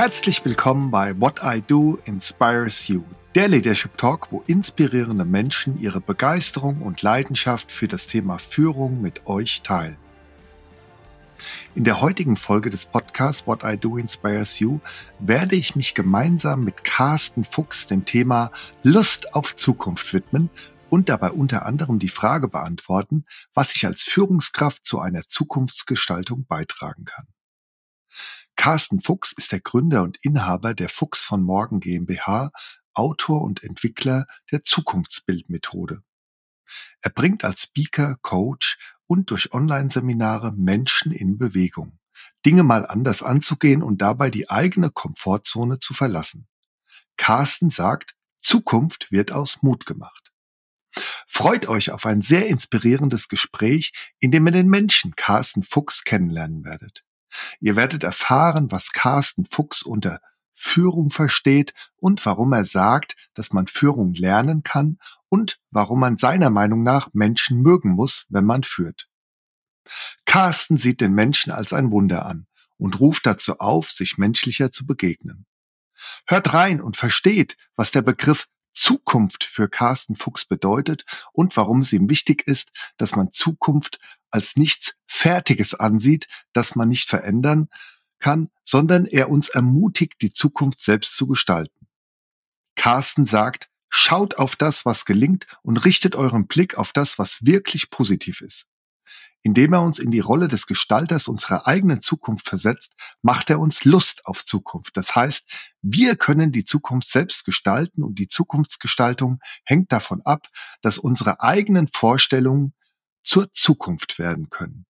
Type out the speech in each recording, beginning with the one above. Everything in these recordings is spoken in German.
Herzlich willkommen bei What I Do Inspires You, der Leadership Talk, wo inspirierende Menschen ihre Begeisterung und Leidenschaft für das Thema Führung mit euch teilen. In der heutigen Folge des Podcasts What I Do Inspires You werde ich mich gemeinsam mit Carsten Fuchs dem Thema Lust auf Zukunft widmen und dabei unter anderem die Frage beantworten, was ich als Führungskraft zu einer Zukunftsgestaltung beitragen kann. Carsten Fuchs ist der Gründer und Inhaber der Fuchs von Morgen GmbH, Autor und Entwickler der Zukunftsbildmethode. Er bringt als Speaker, Coach und durch Online-Seminare Menschen in Bewegung, Dinge mal anders anzugehen und dabei die eigene Komfortzone zu verlassen. Carsten sagt, Zukunft wird aus Mut gemacht. Freut euch auf ein sehr inspirierendes Gespräch, in dem ihr den Menschen Carsten Fuchs kennenlernen werdet. Ihr werdet erfahren, was Carsten Fuchs unter Führung versteht und warum er sagt, dass man Führung lernen kann und warum man seiner Meinung nach Menschen mögen muss, wenn man führt. Carsten sieht den Menschen als ein Wunder an und ruft dazu auf, sich menschlicher zu begegnen. Hört rein und versteht, was der Begriff Zukunft für Carsten Fuchs bedeutet und warum es ihm wichtig ist, dass man Zukunft als nichts Fertiges ansieht, das man nicht verändern kann, sondern er uns ermutigt, die Zukunft selbst zu gestalten. Carsten sagt, schaut auf das, was gelingt und richtet euren Blick auf das, was wirklich positiv ist. Indem er uns in die Rolle des Gestalters unserer eigenen Zukunft versetzt, macht er uns Lust auf Zukunft. Das heißt, wir können die Zukunft selbst gestalten und die Zukunftsgestaltung hängt davon ab, dass unsere eigenen Vorstellungen zur Zukunft werden können.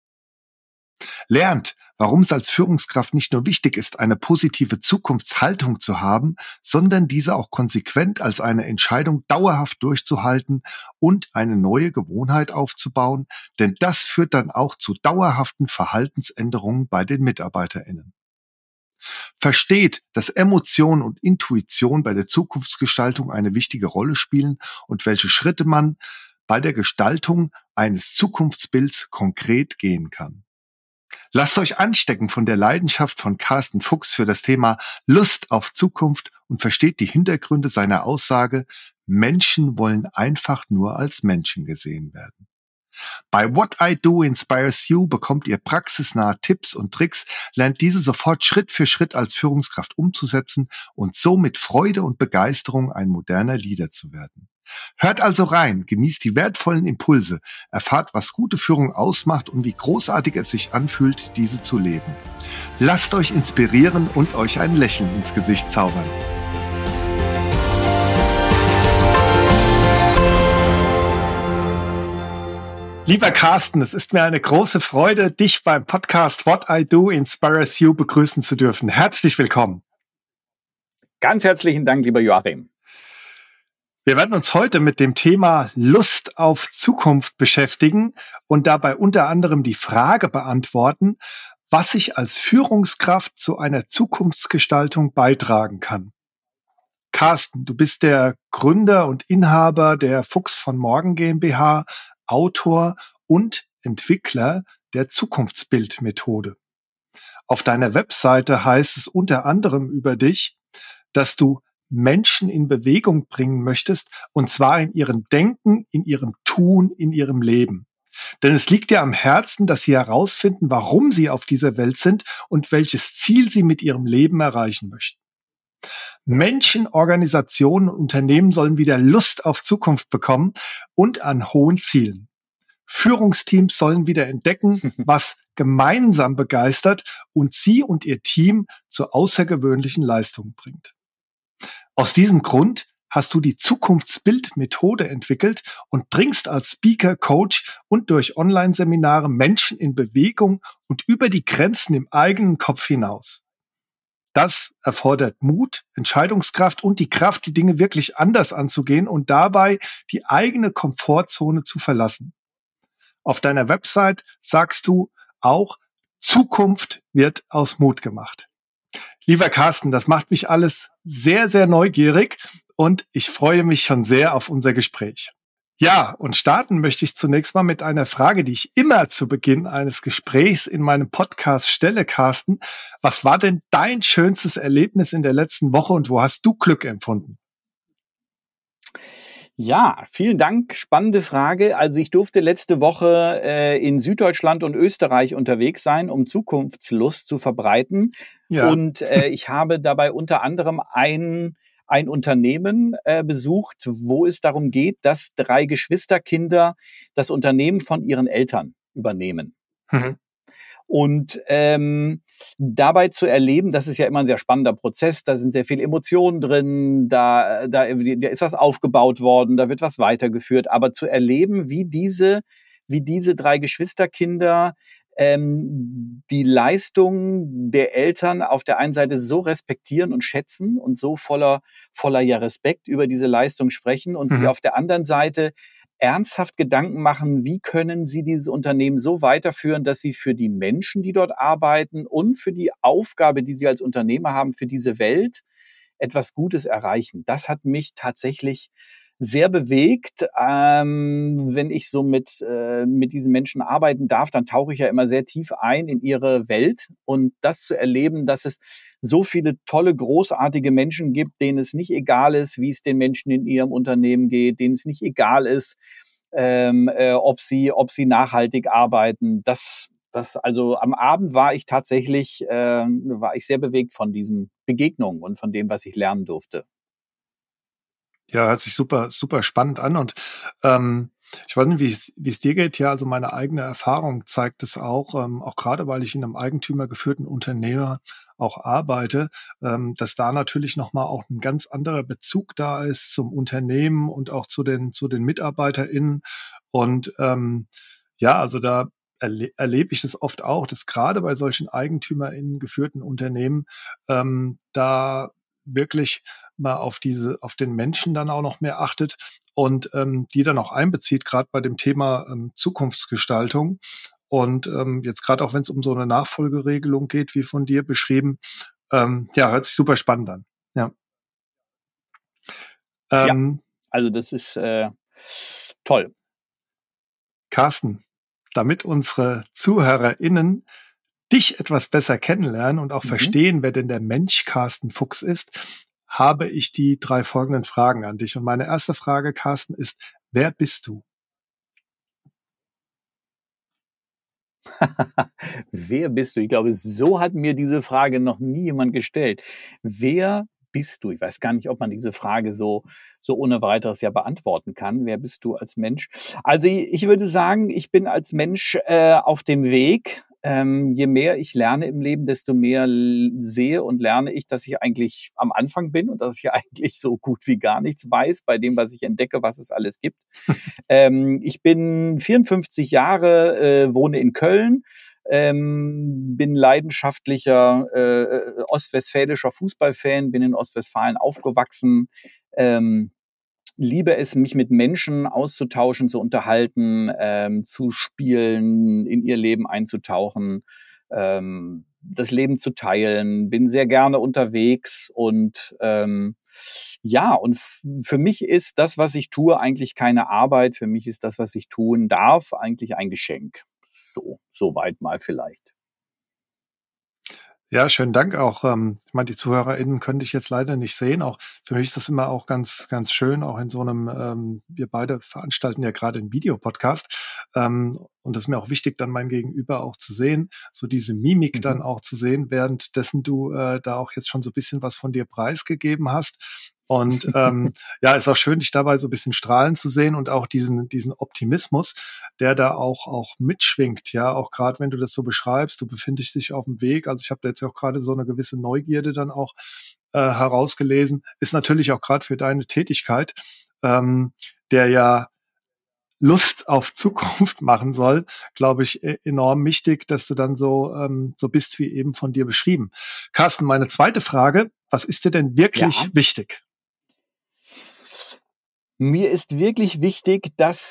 Lernt, warum es als Führungskraft nicht nur wichtig ist, eine positive Zukunftshaltung zu haben, sondern diese auch konsequent als eine Entscheidung dauerhaft durchzuhalten und eine neue Gewohnheit aufzubauen, denn das führt dann auch zu dauerhaften Verhaltensänderungen bei den MitarbeiterInnen. Versteht, dass Emotion und Intuition bei der Zukunftsgestaltung eine wichtige Rolle spielen und welche Schritte man bei der Gestaltung eines Zukunftsbilds konkret gehen kann. Lasst euch anstecken von der Leidenschaft von Carsten Fuchs für das Thema Lust auf Zukunft und versteht die Hintergründe seiner Aussage, Menschen wollen einfach nur als Menschen gesehen werden. Bei What I Do Inspires You bekommt ihr praxisnahe Tipps und Tricks, lernt diese sofort Schritt für Schritt als Führungskraft umzusetzen und so mit Freude und Begeisterung ein moderner Leader zu werden. Hört also rein, genießt die wertvollen Impulse, erfahrt, was gute Führung ausmacht und wie großartig es sich anfühlt, diese zu leben. Lasst euch inspirieren und euch ein Lächeln ins Gesicht zaubern. Lieber Carsten, es ist mir eine große Freude, dich beim Podcast What I Do Inspires You begrüßen zu dürfen. Herzlich willkommen. Ganz herzlichen Dank, lieber Joachim. Wir werden uns heute mit dem Thema Lust auf Zukunft beschäftigen und dabei unter anderem die Frage beantworten, was ich als Führungskraft zu einer Zukunftsgestaltung beitragen kann. Carsten, du bist der Gründer und Inhaber der Fuchs von Morgen GmbH, Autor und Entwickler der Zukunftsbildmethode. Auf deiner Webseite heißt es unter anderem über dich, dass du Menschen in Bewegung bringen möchtest, und zwar in ihrem Denken, in ihrem Tun, in ihrem Leben. Denn es liegt dir am Herzen, dass sie herausfinden, warum sie auf dieser Welt sind und welches Ziel sie mit ihrem Leben erreichen möchten. Menschen, Organisationen und Unternehmen sollen wieder Lust auf Zukunft bekommen und an hohen Zielen. Führungsteams sollen wieder entdecken, was gemeinsam begeistert und sie und ihr Team zu außergewöhnlichen Leistungen bringt. Aus diesem Grund hast du die Zukunftsbildmethode entwickelt und bringst als Speaker, Coach und durch Online-Seminare Menschen in Bewegung und über die Grenzen im eigenen Kopf hinaus. Das erfordert Mut, Entscheidungskraft und die Kraft, die Dinge wirklich anders anzugehen und dabei die eigene Komfortzone zu verlassen. Auf deiner Website sagst du auch, Zukunft wird aus Mut gemacht. Lieber Carsten, das macht mich alles sehr, sehr neugierig und ich freue mich schon sehr auf unser Gespräch. Ja, und starten möchte ich zunächst mal mit einer Frage, die ich immer zu Beginn eines Gesprächs in meinem Podcast stelle, Carsten. Was war denn dein schönstes Erlebnis in der letzten Woche und wo hast du Glück empfunden? Ja, vielen Dank. Spannende Frage. Also ich durfte letzte Woche in Süddeutschland und Österreich unterwegs sein, um Zukunftslust zu verbreiten. Ja. Und ich habe dabei unter anderem ein Unternehmen besucht, wo es darum geht, dass 3 Geschwisterkinder das Unternehmen von ihren Eltern übernehmen. Mhm. Und dabei zu erleben, das ist ja immer ein sehr spannender Prozess, da sind sehr viele Emotionen drin, da ist was aufgebaut worden, da wird was weitergeführt, aber zu erleben, wie diese 3 Geschwisterkinder die Leistung der Eltern auf der einen Seite so respektieren und schätzen und so voller ja Respekt über diese Leistung sprechen und sich Mhm. auf der anderen Seite ernsthaft Gedanken machen, wie können sie dieses Unternehmen so weiterführen, dass sie für die Menschen, die dort arbeiten und für die Aufgabe, die sie als Unternehmer haben, für diese Welt etwas Gutes erreichen. Das hat mich tatsächlich sehr bewegt. Wenn ich so mit diesen Menschen arbeiten darf, dann tauche ich ja immer sehr tief ein in ihre Welt. Und das zu erleben, dass es so viele tolle, großartige Menschen gibt, denen es nicht egal ist, wie es den Menschen in ihrem Unternehmen geht, denen es nicht egal ist, ob sie nachhaltig arbeiten. Also am Abend war ich tatsächlich war ich sehr bewegt von diesen Begegnungen und von dem, was ich lernen durfte. Ja, hört sich super, super spannend an und ähm, ich weiß nicht, wie es dir geht. Ja, also meine eigene Erfahrung zeigt es auch gerade, weil ich in einem eigentümergeführten Unternehmer auch arbeite, dass da natürlich noch mal auch ein ganz anderer Bezug da ist zum Unternehmen und auch zu den MitarbeiterInnen. Und ja, also da erlebe ich das oft auch, dass gerade bei solchen EigentümerInnen geführten Unternehmen da wirklich mal auf den Menschen dann auch noch mehr achtet und die dann auch einbezieht, gerade bei dem Thema Zukunftsgestaltung. Und jetzt gerade auch wenn es um so eine Nachfolgeregelung geht, wie von dir beschrieben, ja, hört sich super spannend an. Ja. Ja, Ähm, also das ist toll. Carsten, damit unsere ZuhörerInnen dich etwas besser kennenlernen und auch Mhm. verstehen, wer denn der Mensch Carsten Fuchs ist, habe ich die 3 folgenden Fragen an dich. Und meine erste Frage, Carsten, ist: Wer bist du? Wer bist du? Ich glaube, so hat mir diese Frage noch nie jemand gestellt. Wer bist du? Ich weiß gar nicht, ob man diese Frage so ohne Weiteres ja beantworten kann. Wer bist du als Mensch? Also ich würde sagen, ich bin als Mensch auf dem Weg. Je mehr ich lerne im Leben, desto mehr sehe und lerne ich, dass ich eigentlich am Anfang bin und dass ich eigentlich so gut wie gar nichts weiß bei dem, was ich entdecke, was es alles gibt. Ich bin 54 Jahre, wohne in Köln, bin leidenschaftlicher ostwestfälischer Fußballfan, bin in Ostwestfalen aufgewachsen, ähm, liebe es, mich mit Menschen auszutauschen, zu unterhalten, zu spielen, in ihr Leben einzutauchen, das Leben zu teilen, bin sehr gerne unterwegs und ja, und für mich ist das, was ich tue, eigentlich keine Arbeit. Für mich ist das, was ich tun darf, eigentlich ein Geschenk. So weit mal vielleicht. Ja, schönen Dank auch. Ich meine, die ZuhörerInnen können dich jetzt leider nicht sehen. Auch für mich ist das immer auch ganz, ganz schön, auch in so einem, wir beide veranstalten ja gerade einen Videopodcast. Und das ist mir auch wichtig, dann mein Gegenüber auch zu sehen, so diese Mimik dann Mhm. auch zu sehen, währenddessen du da auch jetzt schon so ein bisschen was von dir preisgegeben hast. Und ja, ist auch schön, dich dabei so ein bisschen strahlen zu sehen und auch diesen Optimismus, der da auch mitschwingt, ja, auch gerade wenn du das so beschreibst, du befindest dich auf dem Weg. Also ich habe da jetzt auch gerade so eine gewisse Neugierde dann auch herausgelesen, ist natürlich auch gerade für deine Tätigkeit, der ja Lust auf Zukunft machen soll, glaube ich, enorm wichtig, dass du dann so bist, wie eben von dir beschrieben. Carsten, meine zweite Frage: Was ist dir denn Ja. wirklich wichtig? Mir ist wirklich wichtig,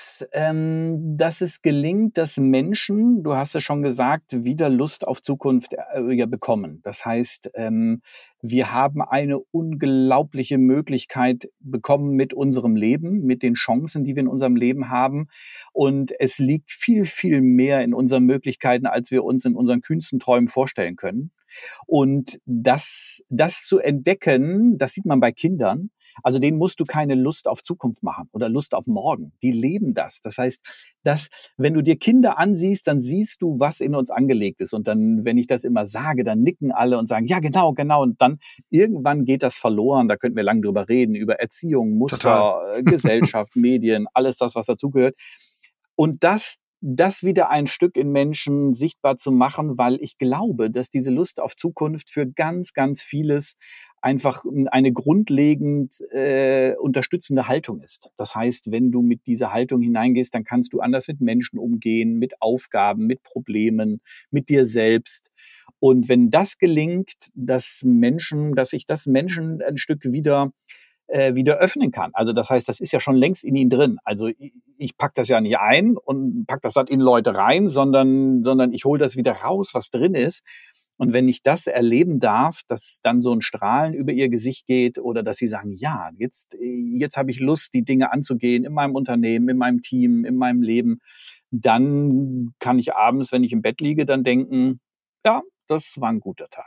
dass es gelingt, dass Menschen, du hast es schon gesagt, wieder Lust auf Zukunft ja, bekommen. Das heißt, wir haben eine unglaubliche Möglichkeit bekommen mit unserem Leben, mit den Chancen, die wir in unserem Leben haben. Und es liegt viel, viel mehr in unseren Möglichkeiten, als wir uns in unseren kühnsten Träumen vorstellen können. Und das zu entdecken, das sieht man bei Kindern. Also denen musst du keine Lust auf Zukunft machen oder Lust auf morgen. Die leben das. Das heißt, wenn du dir Kinder ansiehst, dann siehst du, was in uns angelegt ist. Und dann, wenn ich das immer sage, dann nicken alle und sagen, ja, genau, genau. Und dann irgendwann geht das verloren. Da könnten wir lange drüber reden, über Erziehung, Muster, Gesellschaft, Medien, alles das, was dazugehört. Und das wieder ein Stück in Menschen sichtbar zu machen, weil ich glaube, dass diese Lust auf Zukunft für ganz, ganz vieles einfach eine grundlegend unterstützende Haltung ist. Das heißt, wenn du mit dieser Haltung hineingehst, dann kannst du anders mit Menschen umgehen, mit Aufgaben, mit Problemen, mit dir selbst. Und wenn das gelingt, dass ich das Menschen ein Stück wieder öffnen kann. Also das heißt, das ist ja schon längst in ihnen drin. Also ich pack das ja nicht ein und pack das dann in Leute rein, sondern ich hole das wieder raus, was drin ist. Und wenn ich das erleben darf, dass dann so ein Strahlen über ihr Gesicht geht oder dass sie sagen, ja, jetzt habe ich Lust, die Dinge anzugehen in meinem Unternehmen, in meinem Team, in meinem Leben, dann kann ich abends, wenn ich im Bett liege, dann denken, ja, das war ein guter Tag.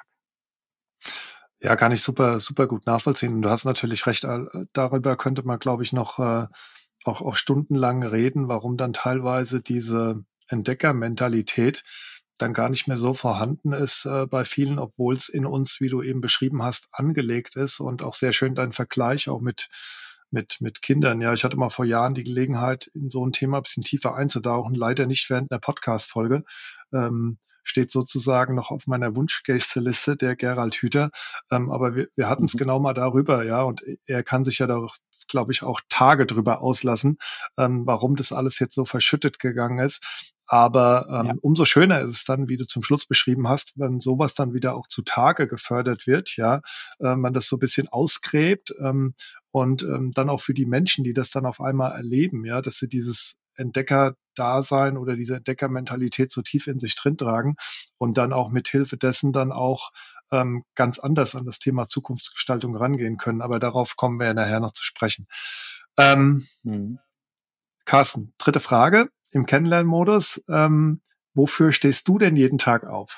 Ja, kann ich super, super gut nachvollziehen. Und du hast natürlich recht, darüber könnte man, glaube ich, noch auch stundenlang reden, warum dann teilweise diese Entdeckermentalität dann gar nicht mehr so vorhanden ist bei vielen, obwohl es in uns, wie du eben beschrieben hast, angelegt ist. Und auch sehr schön dein Vergleich auch mit Kindern. Ja, ich hatte mal vor Jahren die Gelegenheit, in so ein Thema ein bisschen tiefer einzutauchen, leider nicht während einer Podcast-Folge. Steht sozusagen noch auf meiner Wunschgästeliste, der Gerald Hüther. Aber wir hatten es genau mal darüber, ja, und er kann sich ja da, glaube ich, auch Tage drüber auslassen, warum das alles jetzt so verschüttet gegangen ist. Aber umso schöner ist es dann, wie du zum Schluss beschrieben hast, wenn sowas dann wieder auch zutage gefördert wird, ja, man das so ein bisschen ausgräbt und dann auch für die Menschen, die das dann auf einmal erleben, ja, dass sie dieses Entdecker-Dasein oder diese Entdeckermentalität so tief in sich drin tragen und dann auch mit Hilfe dessen dann auch ganz anders an das Thema Zukunftsgestaltung rangehen können. Aber darauf kommen wir ja nachher noch zu sprechen. Carsten, dritte Frage im Kennenlernmodus. Wofür stehst du denn jeden Tag auf?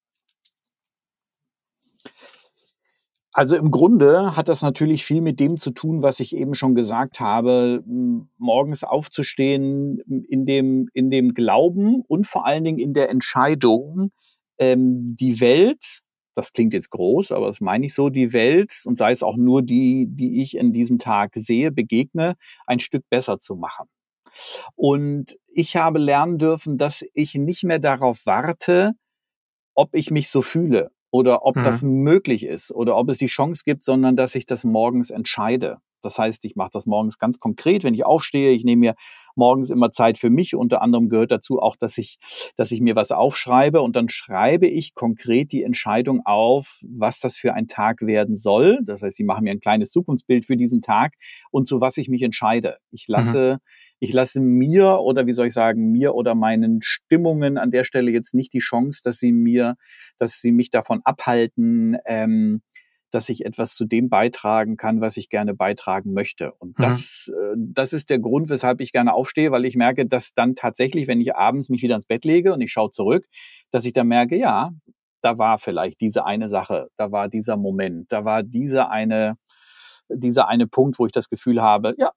Also im Grunde hat das natürlich viel mit dem zu tun, was ich eben schon gesagt habe, morgens aufzustehen in dem Glauben und vor allen Dingen in der Entscheidung, die Welt, das klingt jetzt groß, aber das meine ich so, die Welt, und sei es auch nur die ich in diesem Tag sehe, begegne, ein Stück besser zu machen. Und ich habe lernen dürfen, dass ich nicht mehr darauf warte, ob ich mich so fühle oder ob das möglich ist oder ob es die Chance gibt, sondern dass ich das morgens entscheide. Das heißt, ich mache das morgens ganz konkret, wenn ich aufstehe. Ich nehme mir morgens immer Zeit für mich. Unter anderem gehört dazu auch, dass ich mir was aufschreibe und dann schreibe ich konkret die Entscheidung auf, was das für ein Tag werden soll. Das heißt, ich mache mir ein kleines Zukunftsbild für diesen Tag und zu was ich mich entscheide. Ich lasse mir oder wie soll ich sagen, mir oder meinen Stimmungen an der Stelle jetzt nicht die Chance, dass sie mich davon abhalten, dass ich etwas zu dem beitragen kann, was ich gerne beitragen möchte. Und das ist der Grund, weshalb ich gerne aufstehe, weil ich merke, dass dann tatsächlich, wenn ich abends mich wieder ins Bett lege und ich schaue zurück, dass ich dann merke, ja, da war vielleicht diese eine Sache, da war dieser Moment, da war dieser eine Punkt, wo ich das Gefühl habe, ja,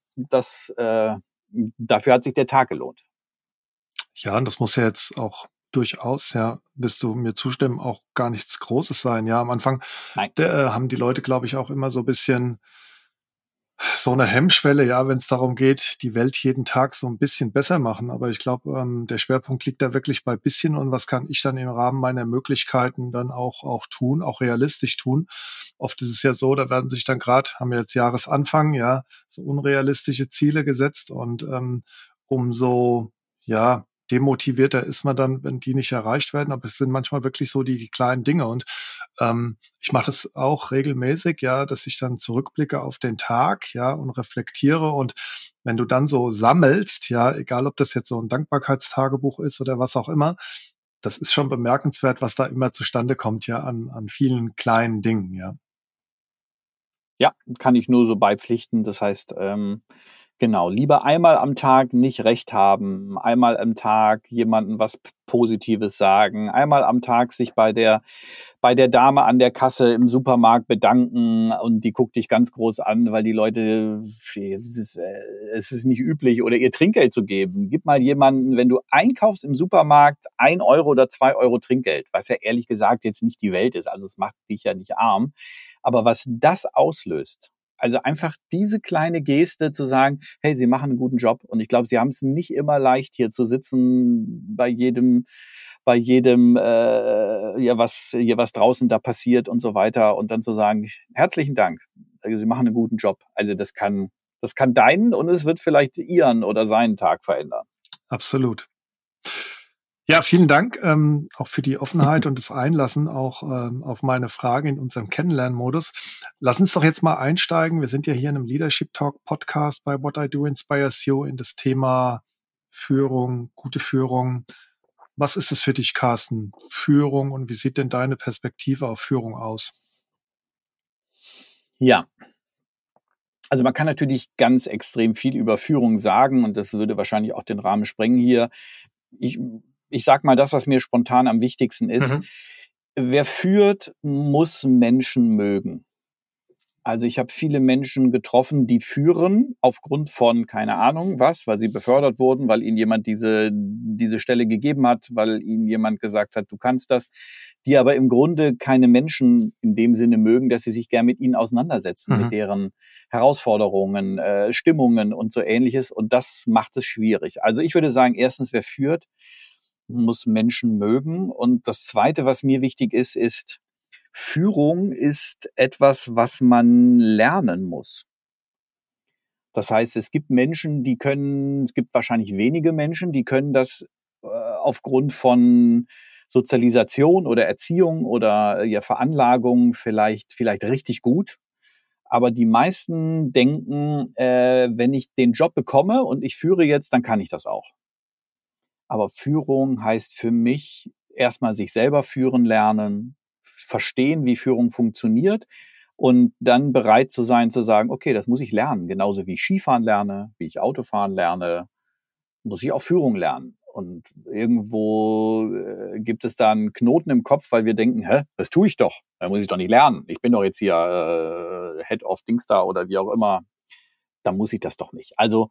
dafür hat sich der Tag gelohnt. Ja, und das muss ja jetzt auch durchaus, ja, wirst du mir zustimmen, auch gar nichts Großes sein. Ja, am Anfang haben die Leute, glaube ich, auch immer so ein bisschen so eine Hemmschwelle, ja, wenn es darum geht, die Welt jeden Tag so ein bisschen besser machen. Aber ich glaube, der Schwerpunkt liegt da wirklich bei bisschen und was kann ich dann im Rahmen meiner Möglichkeiten dann auch tun, auch realistisch tun. Oft ist es ja so, da werden sich dann gerade, haben wir jetzt Jahresanfang, ja, so unrealistische Ziele gesetzt und umso, ja, demotivierter ist man dann, wenn die nicht erreicht werden. Aber es sind manchmal wirklich so die kleinen Dinge. Und ich mache das auch regelmäßig, ja, dass ich dann zurückblicke auf den Tag, ja, und reflektiere. Und wenn du dann so sammelst, ja, egal ob das jetzt so ein Dankbarkeitstagebuch ist oder was auch immer, das ist schon bemerkenswert, was da immer zustande kommt, ja, an vielen kleinen Dingen, ja. Ja, kann ich nur so beipflichten. Das heißt, genau, lieber einmal am Tag nicht recht haben, einmal am Tag jemandem was Positives sagen, einmal am Tag sich bei der Dame an der Kasse im Supermarkt bedanken und die guckt dich ganz groß an, weil die Leute, es ist nicht üblich, oder ihr Trinkgeld zu geben. Gib mal jemanden, wenn du einkaufst im Supermarkt, 1 Euro oder 2 Euro Trinkgeld, was ja ehrlich gesagt jetzt nicht die Welt ist, also es macht dich ja nicht arm. Aber was das auslöst, also einfach diese kleine Geste zu sagen, hey, Sie machen einen guten Job. Und ich glaube, Sie haben es nicht immer leicht, hier zu sitzen bei jedem, was draußen da passiert und so weiter. Und dann zu sagen, herzlichen Dank. Also Sie machen einen guten Job. Also das kann deinen und es wird vielleicht Ihren oder seinen Tag verändern. Absolut. Ja, vielen Dank auch für die Offenheit und das Einlassen auch auf meine Frage in unserem Kennenlernmodus. Lass uns doch jetzt mal einsteigen. Wir sind ja hier in einem Leadership Talk Podcast bei What I Do Inspires You in das Thema Führung, gute Führung. Was ist es für dich, Carsten? Führung, und wie sieht denn deine Perspektive auf Führung aus? Ja. Also man kann natürlich ganz extrem viel über Führung sagen und das würde wahrscheinlich auch den Rahmen sprengen hier. Ich sag mal das, was mir spontan am wichtigsten ist. Wer führt, muss Menschen mögen. Also ich habe viele Menschen getroffen, die führen aufgrund von, keine Ahnung was, weil sie befördert wurden, weil ihnen jemand diese Stelle gegeben hat, weil ihnen jemand gesagt hat, du kannst das, die aber im Grunde keine Menschen in dem Sinne mögen, dass sie sich gern mit ihnen auseinandersetzen, mit deren Herausforderungen, Stimmungen und so Ähnliches. Und das macht es schwierig. Also ich würde sagen, erstens, wer führt, muss Menschen mögen. Und das Zweite, was mir wichtig ist, ist, Führung ist etwas, was man lernen muss. Das heißt, es gibt wahrscheinlich wenige Menschen, die können das aufgrund von Sozialisation oder Erziehung oder Veranlagung vielleicht richtig gut. Aber die meisten denken, wenn ich den Job bekomme und ich führe jetzt, dann kann ich das auch. Aber Führung heißt für mich erstmal sich selber führen lernen, verstehen, wie Führung funktioniert und dann bereit zu sein, zu sagen, okay, das muss ich lernen. Genauso wie ich Skifahren lerne, wie ich Autofahren lerne, muss ich auch Führung lernen. Und irgendwo gibt es da einen Knoten im Kopf, weil wir denken, das tue ich doch. Da muss ich doch nicht lernen. Ich bin doch jetzt hier Head of Dingsda oder wie auch immer. Da muss ich das doch nicht. Also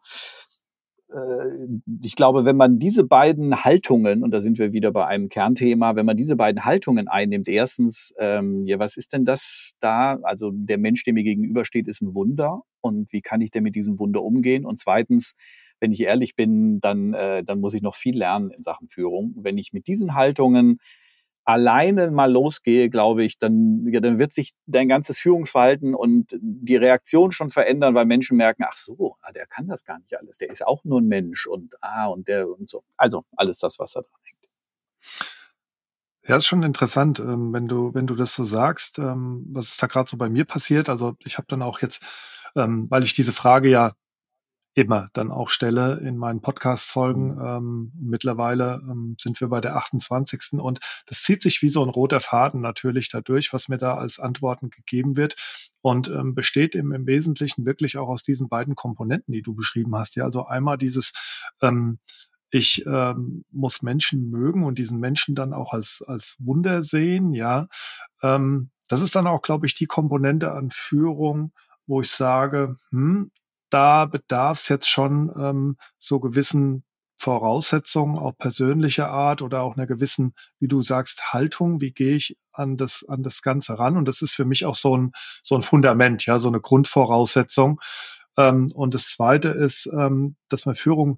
ich glaube, wenn man diese beiden Haltungen, und da sind wir wieder bei einem Kernthema, wenn man diese beiden Haltungen einnimmt, erstens, was ist denn das da? Also der Mensch, der mir gegenübersteht, ist ein Wunder. Und wie kann ich denn mit diesem Wunder umgehen? Und zweitens, wenn ich ehrlich bin, dann muss ich noch viel lernen in Sachen Führung. Wenn ich mit diesen Haltungen alleine mal losgehe, glaube ich, dann wird sich dein ganzes Führungsverhalten und die Reaktion schon verändern, weil Menschen merken, ach so, der kann das gar nicht alles, der ist auch nur ein Mensch und der und so. Also alles das, was da dran hängt. Ja, ist schon interessant, wenn du das so sagst, was ist da gerade so bei mir passiert. Also ich habe dann auch jetzt, weil ich diese Frage ja immer dann auch stelle in meinen Podcast-Folgen. Mittlerweile sind wir bei der 28. Und das zieht sich wie so ein roter Faden natürlich dadurch, was mir da als Antworten gegeben wird und besteht im Wesentlichen wirklich auch aus diesen beiden Komponenten, die du beschrieben hast. Ja, also einmal dieses ich muss Menschen mögen und diesen Menschen dann auch als Wunder sehen, ja. Das ist dann auch, glaube ich, die Komponente an Führung, wo ich sage, da bedarf es jetzt schon so gewissen Voraussetzungen, auch persönlicher Art oder auch einer gewissen, wie du sagst, Haltung. Wie gehe ich an das Ganze ran? Und das ist für mich auch so ein Fundament, ja, so eine Grundvoraussetzung. Und das Zweite ist, dass man Führung,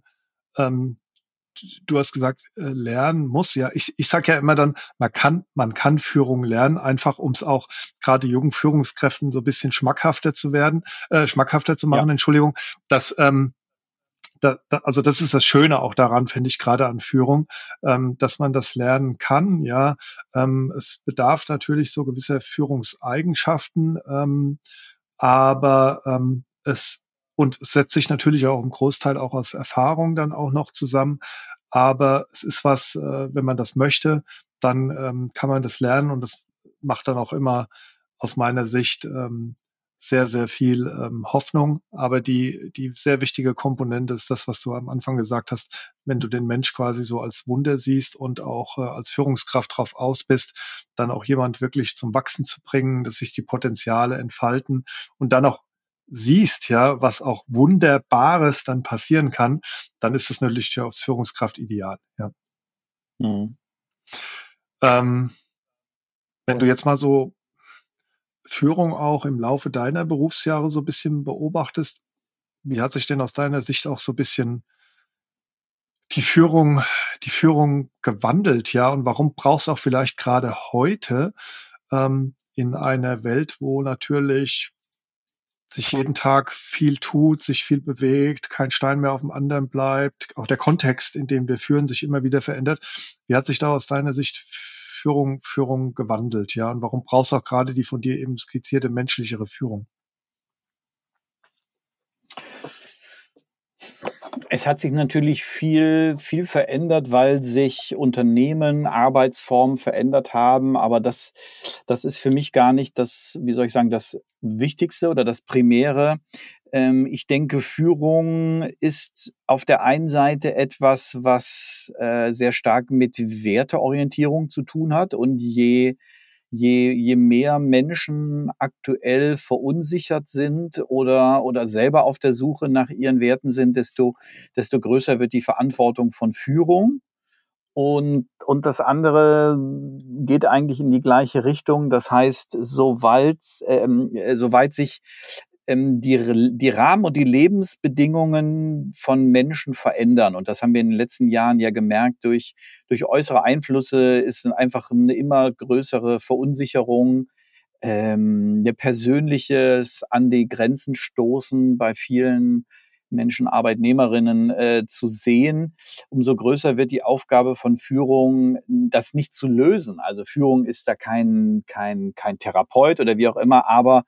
du hast gesagt, lernen muss. Ja, ich sage ja immer dann, man kann Führung lernen, einfach um es auch gerade jungen Führungskräften so ein bisschen schmackhafter zu machen, Entschuldigung, dass also das ist das Schöne auch daran, finde ich, gerade an Führung, dass man das lernen kann. Ja, es bedarf natürlich so gewisser Führungseigenschaften, aber es setzt sich natürlich auch im Großteil auch aus Erfahrung dann auch noch zusammen. Aber es ist was, wenn man das möchte, dann kann man das lernen und das macht dann auch immer aus meiner Sicht sehr, sehr viel Hoffnung. Aber die sehr wichtige Komponente ist das, was du am Anfang gesagt hast, wenn du den Mensch quasi so als Wunder siehst und auch als Führungskraft drauf aus bist, dann auch jemand wirklich zum Wachsen zu bringen, dass sich die Potenziale entfalten und dann auch siehst, ja, was auch Wunderbares dann passieren kann, dann ist es natürlich ja als Führungskraft ideal, ja. Mhm. Ähm, wenn du jetzt mal so Führung auch im Laufe deiner Berufsjahre so ein bisschen beobachtest, wie hat sich denn aus deiner Sicht auch so ein bisschen die Führung die Führung gewandelt, ja? Und warum brauchst du auch vielleicht gerade heute, in einer Welt, wo natürlich sich jeden Tag viel tut, sich viel bewegt, kein Stein mehr auf dem anderen bleibt, auch der Kontext, in dem wir führen, sich immer wieder verändert. Wie hat sich da aus deiner Sicht Führung gewandelt, ja? Und warum brauchst du auch gerade die von dir eben skizzierte menschlichere Führung? Es hat sich natürlich viel verändert, weil sich Unternehmen, Arbeitsformen verändert haben. Aber das ist für mich gar nicht das, wie soll ich sagen, das Wichtigste oder das Primäre. Ich denke, Führung ist auf der einen Seite etwas, was sehr stark mit Werteorientierung zu tun hat. Und je mehr Menschen aktuell verunsichert sind oder selber auf der Suche nach ihren Werten sind, desto größer wird die Verantwortung von Führung. Und das andere geht eigentlich in die gleiche Richtung. Das heißt, soweit sich die Rahmen und die Lebensbedingungen von Menschen verändern. Und das haben wir in den letzten Jahren ja gemerkt, durch äußere Einflüsse ist einfach eine immer größere Verunsicherung, ein persönliches an die Grenzen stoßen bei vielen Menschen, Arbeitnehmerinnen zu sehen. Umso größer wird die Aufgabe von Führung, das nicht zu lösen. Also Führung ist da kein Therapeut oder wie auch immer, aber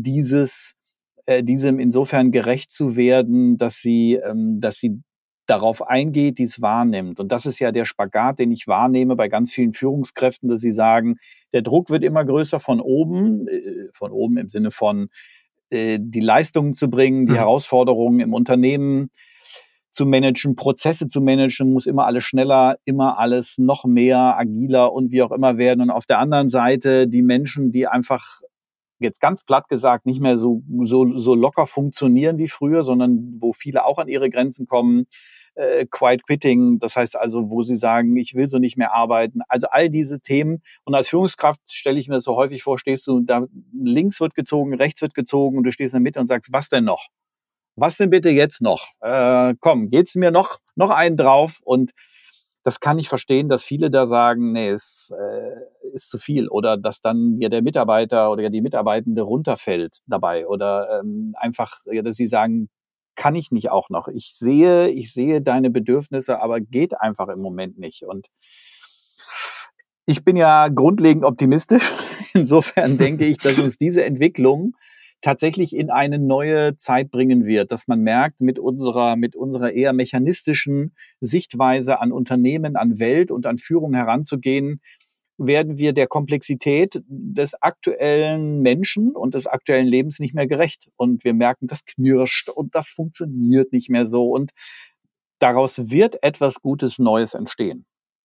diesem insofern gerecht zu werden, dass sie darauf eingeht, dies wahrnimmt. Und das ist ja der Spagat, den ich wahrnehme bei ganz vielen Führungskräften, dass sie sagen, der Druck wird immer größer von oben im Sinne von die Leistungen zu bringen, die Mhm. Herausforderungen im Unternehmen zu managen, Prozesse zu managen, muss immer alles schneller, immer alles noch mehr, agiler und wie auch immer werden. Und auf der anderen Seite die Menschen, die einfach jetzt ganz platt gesagt nicht mehr so locker funktionieren wie früher, sondern wo viele auch an ihre Grenzen kommen. Quiet Quitting, das heißt also, wo sie sagen, ich will so nicht mehr arbeiten. Also all diese Themen. Und als Führungskraft stelle ich mir das so häufig vor, stehst du da, links wird gezogen, rechts wird gezogen und du stehst in der Mitte und sagst, was denn noch? Was denn bitte jetzt noch? Komm, geht's mir noch einen drauf? Und das kann ich verstehen, dass viele da sagen, nee, es ist zu viel oder dass dann ja der Mitarbeiter oder ja die Mitarbeitende runterfällt dabei oder einfach, ja, dass sie sagen, kann ich nicht auch noch. Ich sehe deine Bedürfnisse, aber geht einfach im Moment nicht. Und ich bin ja grundlegend optimistisch. Insofern denke ich, dass uns diese Entwicklung tatsächlich in eine neue Zeit bringen wird, dass man merkt, mit unserer eher mechanistischen Sichtweise an Unternehmen, an Welt und an Führung heranzugehen, werden wir der Komplexität des aktuellen Menschen und des aktuellen Lebens nicht mehr gerecht. Und wir merken, das knirscht und das funktioniert nicht mehr so. Und daraus wird etwas Gutes Neues entstehen.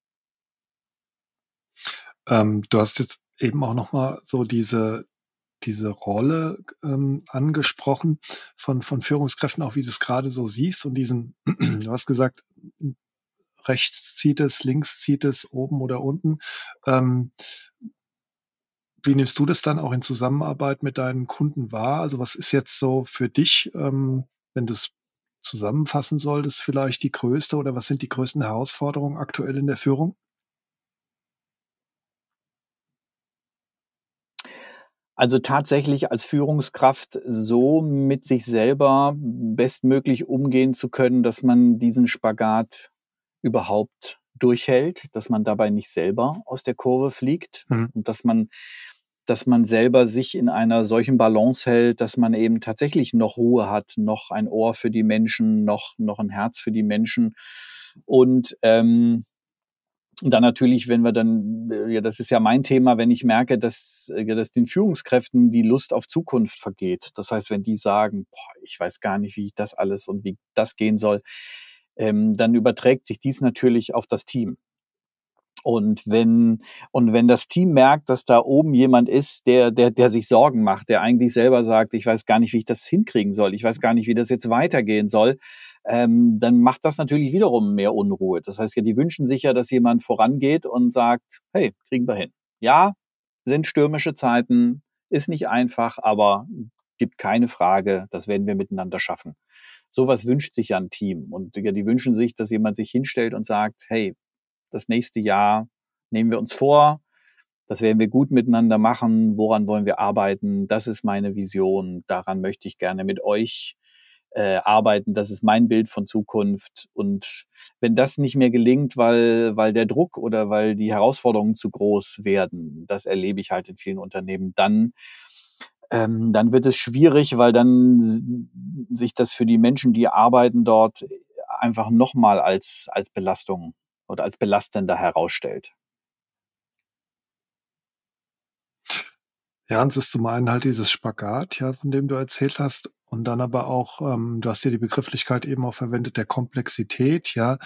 Du hast jetzt eben auch noch mal so diese Rolle angesprochen von Führungskräften, auch wie du es gerade so siehst und diesen, du hast gesagt, rechts zieht es, links zieht es, oben oder unten. Ähm, Wie nimmst du das dann auch in Zusammenarbeit mit deinen Kunden wahr? Also was ist jetzt so für dich, wenn du es zusammenfassen solltest, vielleicht die größte oder was sind die größten Herausforderungen aktuell in der Führung? Also tatsächlich als Führungskraft so mit sich selber bestmöglich umgehen zu können, dass man diesen Spagat überhaupt durchhält, dass man dabei nicht selber aus der Kurve fliegt Mhm. und dass man selber sich in einer solchen Balance hält, dass man eben tatsächlich noch Ruhe hat, noch ein Ohr für die Menschen, noch ein Herz für die Menschen und dann natürlich, wenn wir dann, ja, das ist ja mein Thema, wenn ich merke, dass den Führungskräften die Lust auf Zukunft vergeht. Das heißt, wenn die sagen, boah, ich weiß gar nicht, wie ich das alles und wie das gehen soll, dann überträgt sich dies natürlich auf das Team. Und wenn das Team merkt, dass da oben jemand ist, der sich Sorgen macht, der eigentlich selber sagt, ich weiß gar nicht, wie ich das hinkriegen soll, ich weiß gar nicht, wie das jetzt weitergehen soll, dann macht das natürlich wiederum mehr Unruhe. Das heißt ja, die wünschen sich ja, dass jemand vorangeht und sagt, hey, kriegen wir hin. Ja, sind stürmische Zeiten, ist nicht einfach, aber gibt keine Frage, das werden wir miteinander schaffen. Sowas wünscht sich ja ein Team. Und ja, die wünschen sich, dass jemand sich hinstellt und sagt, hey, das nächste Jahr nehmen wir uns vor, das werden wir gut miteinander machen, woran wollen wir arbeiten, das ist meine Vision, daran möchte ich gerne mit euch arbeiten, das ist mein Bild von Zukunft. Und wenn das nicht mehr gelingt, weil der Druck oder weil die Herausforderungen zu groß werden, das erlebe ich halt in vielen Unternehmen, dann wird es schwierig, weil dann sich das für die Menschen, die arbeiten dort, einfach nochmal als Belastung oder als belastender herausstellt. Ja, und es ist zum einen halt dieses Spagat, ja, von dem du erzählt hast, und dann aber auch, du hast ja die Begrifflichkeit eben auch verwendet, der Komplexität, ja.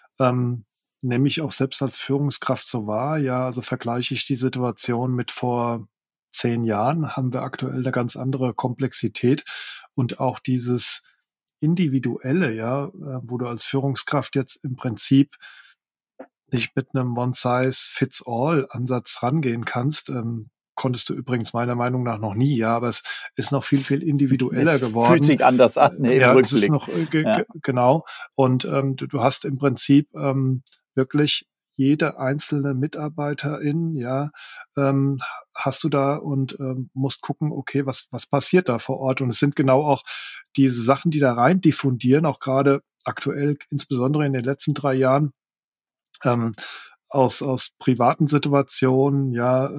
Nehme ich auch selbst als Führungskraft so wahr, ja, also vergleiche ich die Situation mit vor 10 Jahren, haben wir aktuell eine ganz andere Komplexität und auch dieses Individuelle, ja, wo du als Führungskraft jetzt im Prinzip nicht mit einem One-Size-Fits-All-Ansatz rangehen kannst. Konntest du übrigens meiner Meinung nach noch nie, ja, aber es ist noch viel, viel individueller Es fühlt geworden. sich anders an im Ja, es ist Rückblick. noch Ja. genau. Und du hast im Prinzip wirklich jede einzelne Mitarbeiterin, ja, hast du da und musst gucken, okay, was passiert da vor Ort? Und es sind genau auch diese Sachen, die da rein diffundieren, auch gerade aktuell, insbesondere in den letzten 3 Jahren, ähm, aus privaten Situationen, ja,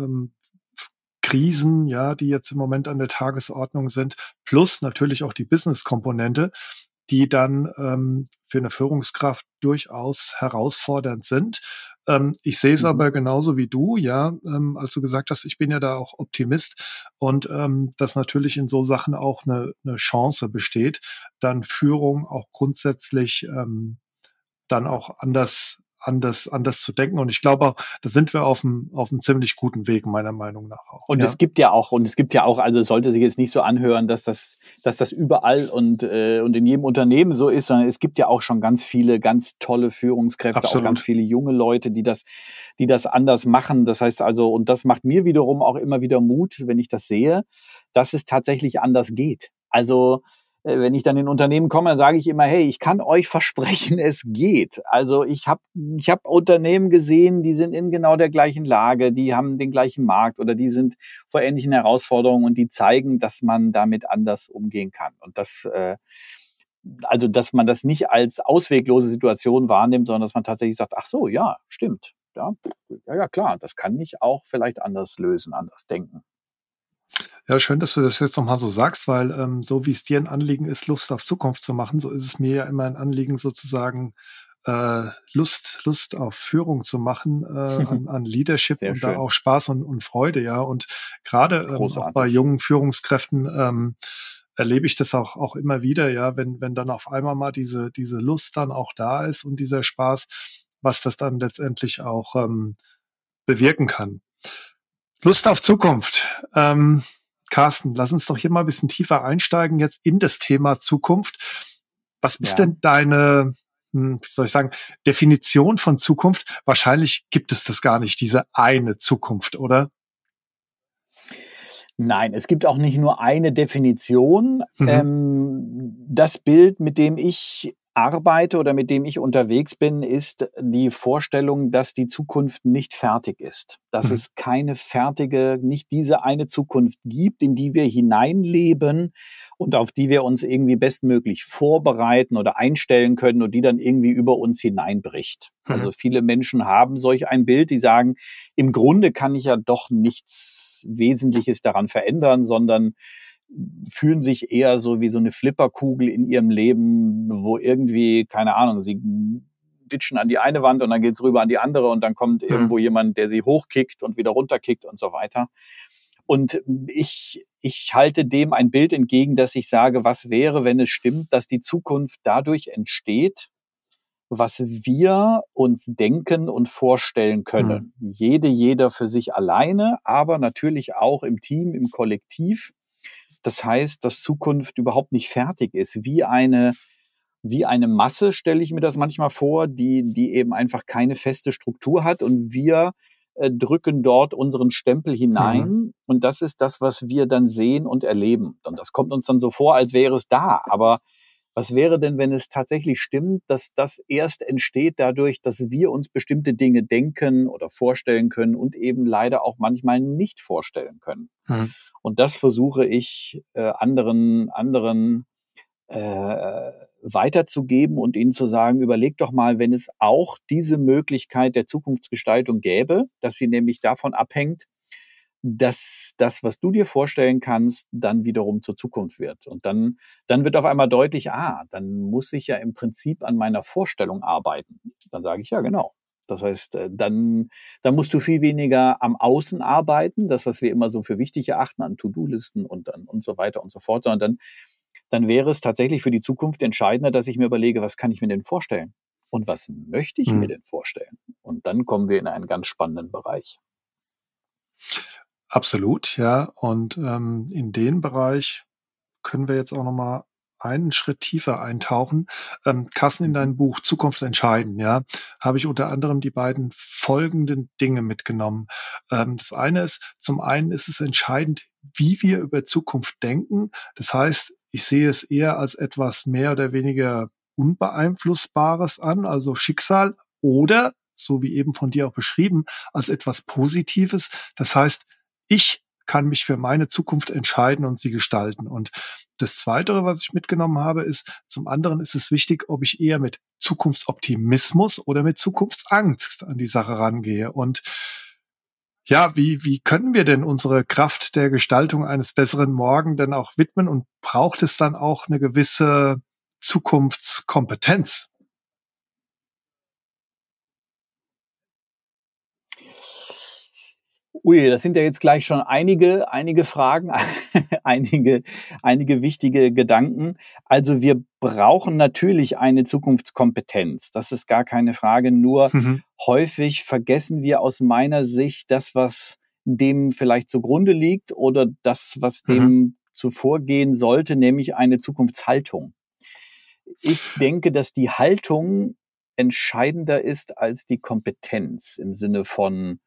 Krisen, ja, die jetzt im Moment an der Tagesordnung sind, plus natürlich auch die Business-Komponente, die dann für eine Führungskraft durchaus herausfordernd sind. Ich sehe es aber genauso wie du, ja, als du gesagt hast, ich bin ja da auch Optimist und dass natürlich in so Sachen auch eine Chance besteht, dann Führung auch grundsätzlich dann auch anders zu denken. Und ich glaube auch, da sind wir auf einem ziemlich guten Weg, meiner Meinung nach auch. Und Ja, es gibt ja auch, also es sollte sich jetzt nicht so anhören, dass das überall und in jedem Unternehmen so ist, sondern es gibt ja auch schon ganz viele ganz tolle Führungskräfte, auch ganz absolut. viele junge Leute, die das anders machen. Das heißt also, und das macht mir wiederum auch immer wieder Mut, wenn ich das sehe, dass es tatsächlich anders geht. Also wenn ich dann in Unternehmen komme, dann sage ich immer, hey, ich kann euch versprechen, es geht. Also ich hab Unternehmen gesehen, die sind in genau der gleichen Lage, die haben den gleichen Markt oder die sind vor ähnlichen Herausforderungen und die zeigen, dass man damit anders umgehen kann. Und also dass man das nicht als ausweglose Situation wahrnimmt, sondern dass man tatsächlich sagt, ach so, ja, stimmt. Ja, klar, das kann ich auch vielleicht anders lösen, anders denken. Ja, schön, dass du das jetzt nochmal so sagst, weil so wie es dir ein Anliegen ist, Lust auf Zukunft zu machen, so ist es mir ja immer ein Anliegen, sozusagen Lust auf Führung zu machen, an Leadership Sehr und da schön. auch Spaß und Freude, ja. Und gerade auch bei Großartig. jungen Führungskräften erlebe ich das auch immer wieder, ja, wenn dann auf einmal mal diese Lust dann auch da ist und dieser Spaß, was das dann letztendlich auch bewirken kann. Lust auf Zukunft. Carsten, lass uns doch hier mal ein bisschen tiefer einsteigen jetzt in das Thema Zukunft. Was ist Ja. denn deine, wie soll ich sagen, Definition von Zukunft? Wahrscheinlich gibt es das gar nicht, diese eine Zukunft, oder? Nein, es gibt auch nicht nur eine Definition. Mhm. Das Bild, mit dem ich arbeite oder mit dem ich unterwegs bin, ist die Vorstellung, dass die Zukunft nicht fertig ist. Dass es keine fertige, nicht diese eine Zukunft gibt, in die wir hineinleben und auf die wir uns irgendwie bestmöglich vorbereiten oder einstellen können und die dann irgendwie über uns hineinbricht. Also viele Menschen haben solch ein Bild, die sagen, im Grunde kann ich ja doch nichts Wesentliches daran verändern, sondern fühlen sich eher so wie so eine Flipperkugel in ihrem Leben, wo irgendwie, keine Ahnung, sie ditchen an die eine Wand und dann geht's rüber an die andere und dann kommt irgendwo jemand, der sie hochkickt und wieder runterkickt und so weiter. Und ich halte dem ein Bild entgegen, dass ich sage, was wäre, wenn es stimmt, dass die Zukunft dadurch entsteht, was wir uns denken und vorstellen können. Jeder für sich alleine, aber natürlich auch im Team, im Kollektiv. Das heißt, dass Zukunft überhaupt nicht fertig ist. Wie eine Masse stelle ich mir das manchmal vor, die eben einfach keine feste Struktur hat und wir drücken dort unseren Stempel hinein und das ist das, was wir dann sehen und erleben. Und das kommt uns dann so vor, als wäre es da. Aber was wäre denn, wenn es tatsächlich stimmt, dass das erst entsteht dadurch, dass wir uns bestimmte Dinge denken oder vorstellen können und eben leider auch manchmal nicht vorstellen können? Und das versuche ich anderen weiterzugeben und ihnen zu sagen, überleg doch mal, wenn es auch diese Möglichkeit der Zukunftsgestaltung gäbe, dass sie nämlich davon abhängt, dass das, was du dir vorstellen kannst, dann wiederum zur Zukunft wird. Und dann wird auf einmal deutlich, dann muss ich ja im Prinzip an meiner Vorstellung arbeiten. Dann sage ich, ja, genau. Das heißt, dann musst du viel weniger am Außen arbeiten, das, was wir immer so für wichtig erachten, an To-Do-Listen und so weiter und so fort, sondern dann wäre es tatsächlich für die Zukunft entscheidender, dass ich mir überlege, was kann ich mir denn vorstellen? Und was möchte ich mir denn vorstellen? Und dann kommen wir in einen ganz spannenden Bereich. Absolut, ja. Und in den Bereich können wir jetzt auch noch mal einen Schritt tiefer eintauchen. Carsten, in deinem Buch Zukunft entscheiden, ja, habe ich unter anderem die beiden folgenden Dinge mitgenommen. Das eine ist, zum einen ist es entscheidend, wie wir über Zukunft denken. Das heißt, ich sehe es eher als etwas mehr oder weniger Unbeeinflussbares an, also Schicksal, oder, so wie eben von dir auch beschrieben, als etwas Positives. Das heißt, ich kann mich für meine Zukunft entscheiden und sie gestalten. Und das Zweite, was ich mitgenommen habe, ist, zum anderen ist es wichtig, ob ich eher mit Zukunftsoptimismus oder mit Zukunftsangst an die Sache rangehe. Und ja, wie können wir denn unsere Kraft der Gestaltung eines besseren Morgen denn auch widmen? Und braucht es dann auch eine gewisse Zukunftskompetenz? Ui, das sind ja jetzt gleich schon einige Fragen, einige wichtige Gedanken. Also wir brauchen natürlich eine Zukunftskompetenz. Das ist gar keine Frage. Nur häufig vergessen wir aus meiner Sicht das, was dem vielleicht zugrunde liegt oder das, was dem zuvorgehen sollte, nämlich eine Zukunftshaltung. Ich denke, dass die Haltung entscheidender ist als die Kompetenz im Sinne von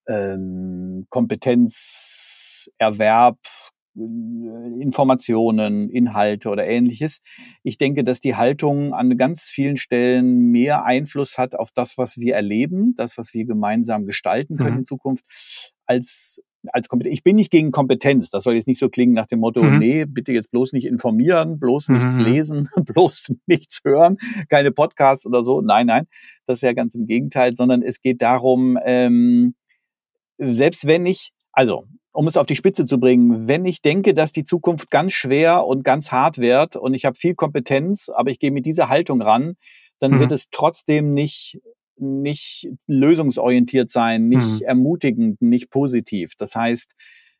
Kompetenzerwerb, Informationen, Inhalte oder Ähnliches. Ich denke, dass die Haltung an ganz vielen Stellen mehr Einfluss hat auf das, was wir erleben, das, was wir gemeinsam gestalten können in Zukunft, als Kompetenz. Ich bin nicht gegen Kompetenz. Das soll jetzt nicht so klingen nach dem Motto, nee, bitte jetzt bloß nicht informieren, bloß nichts lesen, bloß nichts hören, keine Podcasts oder so. Nein, das ist ja ganz im Gegenteil, sondern es geht darum, selbst wenn ich, also um es auf die Spitze zu bringen, wenn ich denke, dass die Zukunft ganz schwer und ganz hart wird und ich habe viel Kompetenz, aber ich gehe mit dieser Haltung ran, dann wird es trotzdem nicht lösungsorientiert sein, nicht ermutigend, nicht positiv. Das heißt,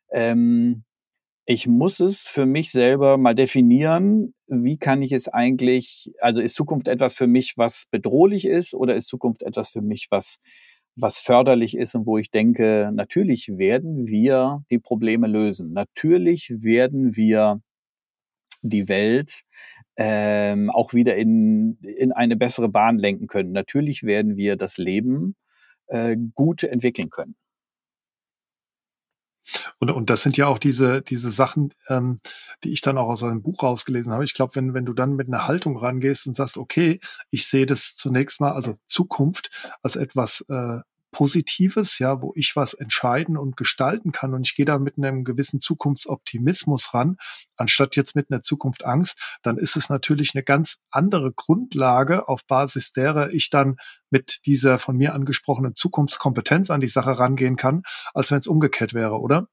ich muss es für mich selber mal definieren, wie kann ich es eigentlich, also ist Zukunft etwas für mich, was bedrohlich ist, oder ist Zukunft etwas für mich, was förderlich ist und wo ich denke, natürlich werden wir die Probleme lösen. Natürlich werden wir die Welt auch wieder in eine bessere Bahn lenken können. Natürlich werden wir das Leben gut entwickeln können. Und das sind ja auch diese Sachen, die ich dann auch aus einem Buch rausgelesen habe. Ich glaube, wenn du dann mit einer Haltung rangehst und sagst, okay, ich sehe das zunächst mal, also Zukunft als etwas Positives, ja, wo ich was entscheiden und gestalten kann und ich gehe da mit einem gewissen Zukunftsoptimismus ran, anstatt jetzt mit einer Zukunftsangst, dann ist es natürlich eine ganz andere Grundlage, auf Basis derer ich dann mit dieser von mir angesprochenen Zukunftskompetenz an die Sache rangehen kann, als wenn es umgekehrt wäre, oder?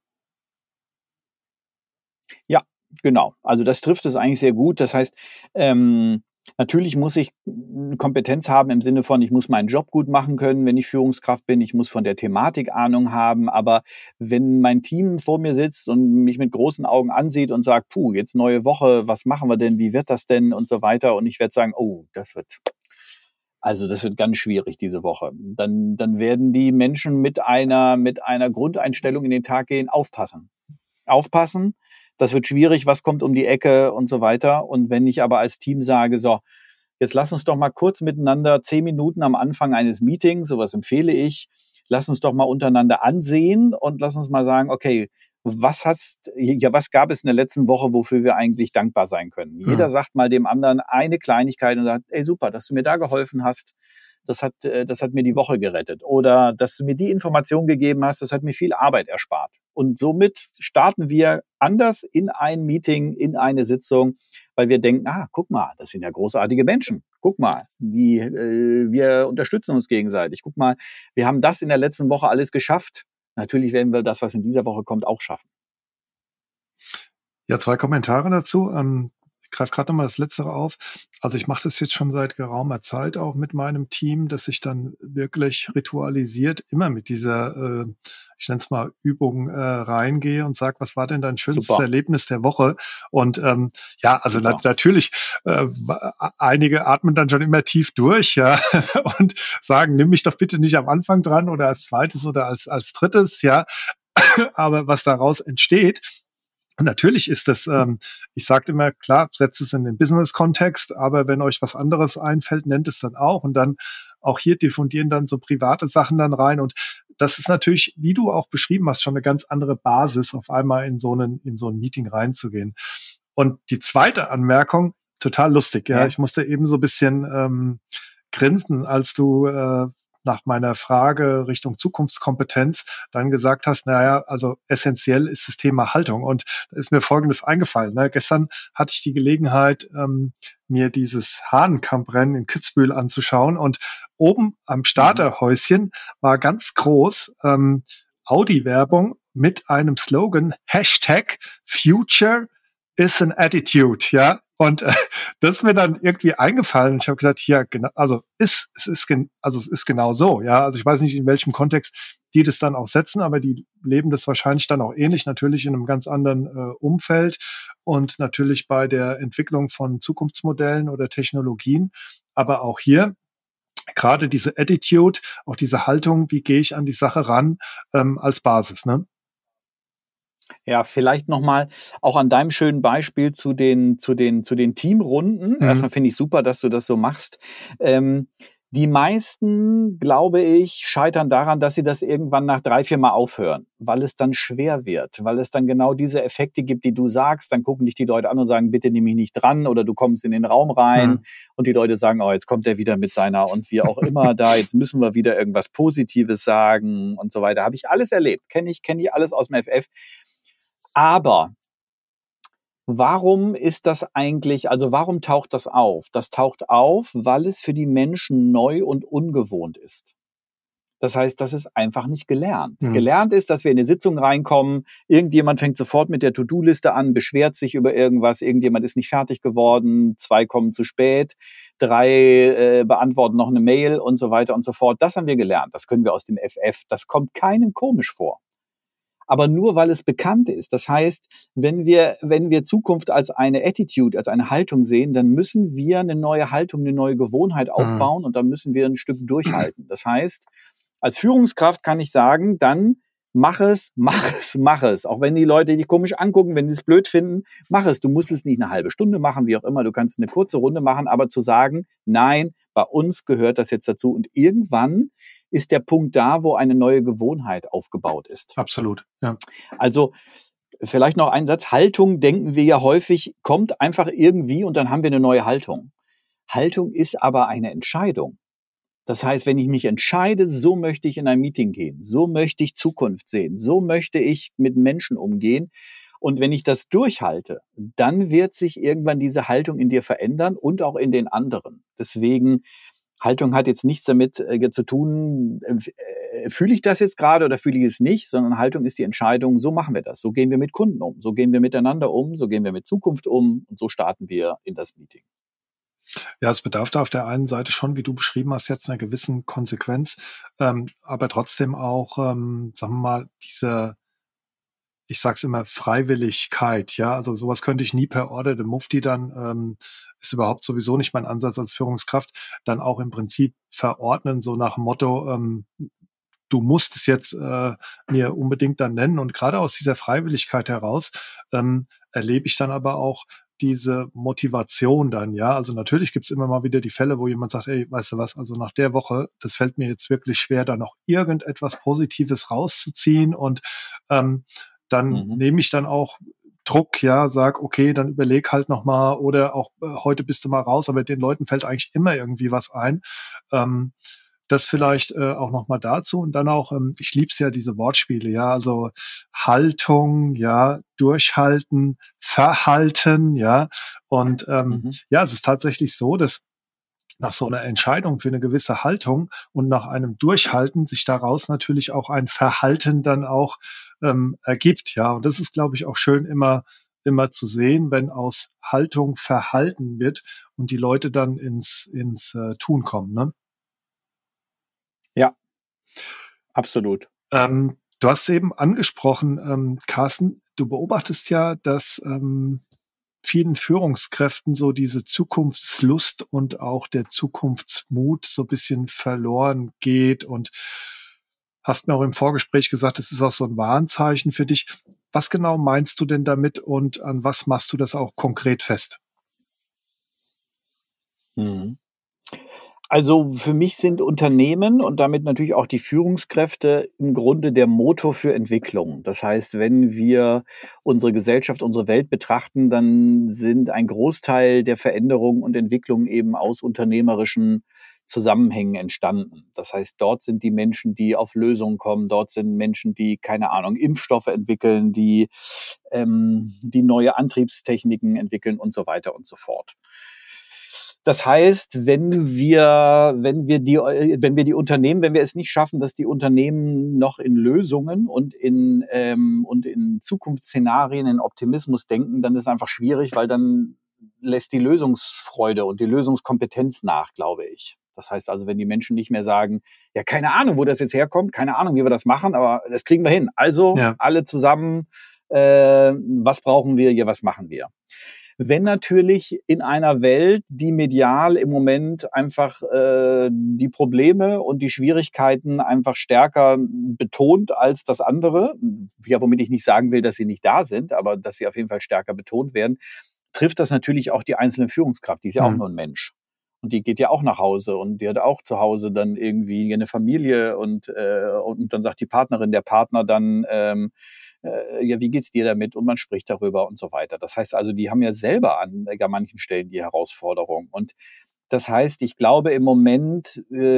Ja, genau. Also das trifft es eigentlich sehr gut. Das heißt, natürlich muss ich Kompetenz haben im Sinne von, ich muss meinen Job gut machen können, wenn ich Führungskraft bin. Ich muss von der Thematik Ahnung haben. Aber wenn mein Team vor mir sitzt und mich mit großen Augen ansieht und sagt, puh, jetzt neue Woche, was machen wir denn, wie wird das denn und so weiter. Und ich werde sagen, oh, das wird ganz schwierig diese Woche. Dann werden die Menschen mit einer Grundeinstellung in den Tag gehen, aufpassen. Aufpassen, das wird schwierig, was kommt um die Ecke und so weiter. Und wenn ich aber als Team sage, so, jetzt lass uns doch mal kurz miteinander 10 Minuten am Anfang eines Meetings, sowas empfehle ich, lass uns doch mal untereinander ansehen und lass uns mal sagen, okay, was gab es in der letzten Woche, wofür wir eigentlich dankbar sein können? Jeder sagt mal dem anderen eine Kleinigkeit und sagt, ey, super, dass du mir da geholfen hast. Das hat mir die Woche gerettet. Oder dass du mir die Information gegeben hast, das hat mir viel Arbeit erspart. Und somit starten wir anders in ein Meeting, in eine Sitzung, weil wir denken, guck mal, das sind ja großartige Menschen. Guck mal, wir unterstützen uns gegenseitig. Guck mal, wir haben das in der letzten Woche alles geschafft. Natürlich werden wir das, was in dieser Woche kommt, auch schaffen. Ja, 2 Kommentare dazu. Ich greife gerade noch mal das Letztere auf. Also ich mache das jetzt schon seit geraumer Zeit auch mit meinem Team, dass ich dann wirklich ritualisiert immer mit dieser, ich nenne es mal Übung, reingehe und sage, was war denn dein schönstes Super. Erlebnis der Woche? Und ja, also Super. natürlich, einige atmen dann schon immer tief durch, ja, und sagen, nimm mich doch bitte nicht am Anfang dran oder als zweites oder als drittes, ja. Aber was daraus entsteht, und natürlich ist das, ich sage immer, klar, setzt es in den Business-Kontext, aber wenn euch was anderes einfällt, nennt es dann auch. Und dann auch hier diffundieren dann so private Sachen dann rein. Und das ist natürlich, wie du auch beschrieben hast, schon eine ganz andere Basis, auf einmal in so ein Meeting reinzugehen. Und die zweite Anmerkung, total lustig, ja. Ich musste eben so ein bisschen grinsen, als du nach meiner Frage Richtung Zukunftskompetenz dann gesagt hast, naja, also essentiell ist das Thema Haltung. Und da ist mir Folgendes eingefallen. Ne? Gestern hatte ich die Gelegenheit, mir dieses Hahnenkamprennen in Kitzbühel anzuschauen. Und oben am Starterhäuschen war ganz groß Audi-Werbung mit einem Slogan, Hashtag Future is an Attitude, ja. Und das ist mir dann irgendwie eingefallen und ich habe gesagt, ja, genau, also es ist genau so, ja. Also ich weiß nicht, in welchem Kontext die das dann auch setzen, aber die leben das wahrscheinlich dann auch ähnlich, natürlich in einem ganz anderen Umfeld und natürlich bei der Entwicklung von Zukunftsmodellen oder Technologien. Aber auch hier gerade diese Attitude, auch diese Haltung, wie gehe ich an die Sache ran, als Basis, ne? Ja, vielleicht nochmal auch an deinem schönen Beispiel zu den Teamrunden. Erstmal finde ich super, dass du das so machst. Die meisten, glaube ich, scheitern daran, dass sie das irgendwann nach 3, 4 Mal aufhören, weil es dann schwer wird, weil es dann genau diese Effekte gibt, die du sagst. Dann gucken dich die Leute an und sagen, bitte nimm mich nicht dran, oder du kommst in den Raum rein und die Leute sagen, oh, jetzt kommt er wieder mit seiner und wie auch immer da, jetzt müssen wir wieder irgendwas Positives sagen und so weiter. Habe ich alles erlebt, kenne ich alles aus dem FF. Aber warum ist das eigentlich, also warum taucht das auf? Das taucht auf, weil es für die Menschen neu und ungewohnt ist. Das heißt, das ist einfach nicht gelernt. Gelernt ist, dass wir in eine Sitzung reinkommen, irgendjemand fängt sofort mit der To-Do-Liste an, beschwert sich über irgendwas, irgendjemand ist nicht fertig geworden, 2 kommen zu spät, 3 beantworten noch eine Mail und so weiter und so fort. Das haben wir gelernt, das können wir aus dem FF, das kommt keinem komisch vor. Aber nur weil es bekannt ist. Das heißt, wenn wir Zukunft als eine Attitude, als eine Haltung sehen, dann müssen wir eine neue Haltung, eine neue Gewohnheit aufbauen und dann müssen wir ein Stück durchhalten. Das heißt, als Führungskraft kann ich sagen, dann mach es. Auch wenn die Leute dich komisch angucken, wenn sie es blöd finden, mach es. Du musst es nicht eine halbe Stunde machen, wie auch immer. Du kannst eine kurze Runde machen, aber zu sagen, nein, bei uns gehört das jetzt dazu. Und irgendwann ist der Punkt da, wo eine neue Gewohnheit aufgebaut ist. Absolut, ja. Also vielleicht noch ein Satz. Haltung, denken wir ja häufig, kommt einfach irgendwie und dann haben wir eine neue Haltung. Haltung ist aber eine Entscheidung. Das heißt, wenn ich mich entscheide, so möchte ich in ein Meeting gehen, so möchte ich Zukunft sehen, so möchte ich mit Menschen umgehen. Und wenn ich das durchhalte, dann wird sich irgendwann diese Haltung in dir verändern und auch in den anderen. Deswegen, Haltung hat jetzt nichts damit zu tun, fühle ich das jetzt gerade oder fühle ich es nicht, sondern Haltung ist die Entscheidung, so machen wir das, so gehen wir mit Kunden um, so gehen wir miteinander um, so gehen wir mit Zukunft um und so starten wir in das Meeting. Ja, es bedarf da auf der einen Seite schon, wie du beschrieben hast, jetzt einer gewissen Konsequenz, aber trotzdem auch, sagen wir mal, diese, ich sag's immer, Freiwilligkeit, ja, also sowas könnte ich nie per Order de Mufti dann, ist überhaupt sowieso nicht mein Ansatz als Führungskraft, dann auch im Prinzip verordnen, so nach dem Motto, du musst es jetzt mir unbedingt dann nennen. Und gerade aus dieser Freiwilligkeit heraus erlebe ich dann aber auch diese Motivation dann, ja. Also natürlich gibt's immer mal wieder die Fälle, wo jemand sagt, ey, weißt du was, also nach der Woche, das fällt mir jetzt wirklich schwer, da noch irgendetwas Positives rauszuziehen. Und dann nehme ich dann auch Druck, ja, sag, okay, dann überleg halt noch mal oder auch heute bist du mal raus, aber den Leuten fällt eigentlich immer irgendwie was ein. Das vielleicht auch noch mal dazu und dann auch, ich lieb's ja, diese Wortspiele, ja, also Haltung, ja, durchhalten, verhalten, ja, und ja, es ist tatsächlich so, dass nach so einer Entscheidung für eine gewisse Haltung und nach einem Durchhalten sich daraus natürlich auch ein Verhalten dann auch ergibt, ja. Und das ist, glaube ich, auch schön immer zu sehen, wenn aus Haltung Verhalten wird und die Leute dann ins Tun kommen, ne? Ja, absolut. Du hast es eben angesprochen, Carsten, du beobachtest ja, dass vielen Führungskräften so diese Zukunftslust und auch der Zukunftsmut so ein bisschen verloren geht und hast mir auch im Vorgespräch gesagt, es ist auch so ein Warnzeichen für dich. Was genau meinst du denn damit und an was machst du das auch konkret fest? Mhm. Also für mich sind Unternehmen und damit natürlich auch die Führungskräfte im Grunde der Motor für Entwicklung. Das heißt, wenn wir unsere Gesellschaft, unsere Welt betrachten, dann sind ein Großteil der Veränderungen und Entwicklungen eben aus unternehmerischen Zusammenhängen entstanden. Das heißt, dort sind die Menschen, die auf Lösungen kommen, dort sind Menschen, die, keine Ahnung, Impfstoffe entwickeln, die neue Antriebstechniken entwickeln und so weiter und so fort. Das heißt, wenn wir die Unternehmen, wenn wir es nicht schaffen, dass die Unternehmen noch in Lösungen und in Zukunftsszenarien, in Optimismus denken, dann ist es einfach schwierig, weil dann lässt die Lösungsfreude und die Lösungskompetenz nach, glaube ich. Das heißt also, wenn die Menschen nicht mehr sagen, ja, keine Ahnung, wo das jetzt herkommt, keine Ahnung, wie wir das machen, aber das kriegen wir hin. Also Ja. alle zusammen, was brauchen wir hier, was machen wir? Wenn natürlich in einer Welt, die medial im Moment einfach die Probleme und die Schwierigkeiten einfach stärker betont als das andere, ja, womit ich nicht sagen will, dass sie nicht da sind, aber dass sie auf jeden Fall stärker betont werden, trifft das natürlich auch die einzelne Führungskraft. Die ist ja auch nur ein Mensch. Und die geht ja auch nach Hause und die hat auch zu Hause dann irgendwie eine Familie und dann sagt die Partnerin, der Partner dann, ja, wie geht's dir damit? Und man spricht darüber und so weiter. Das heißt also, die haben ja selber an gar manchen Stellen die Herausforderung. Und das heißt, ich glaube, im Moment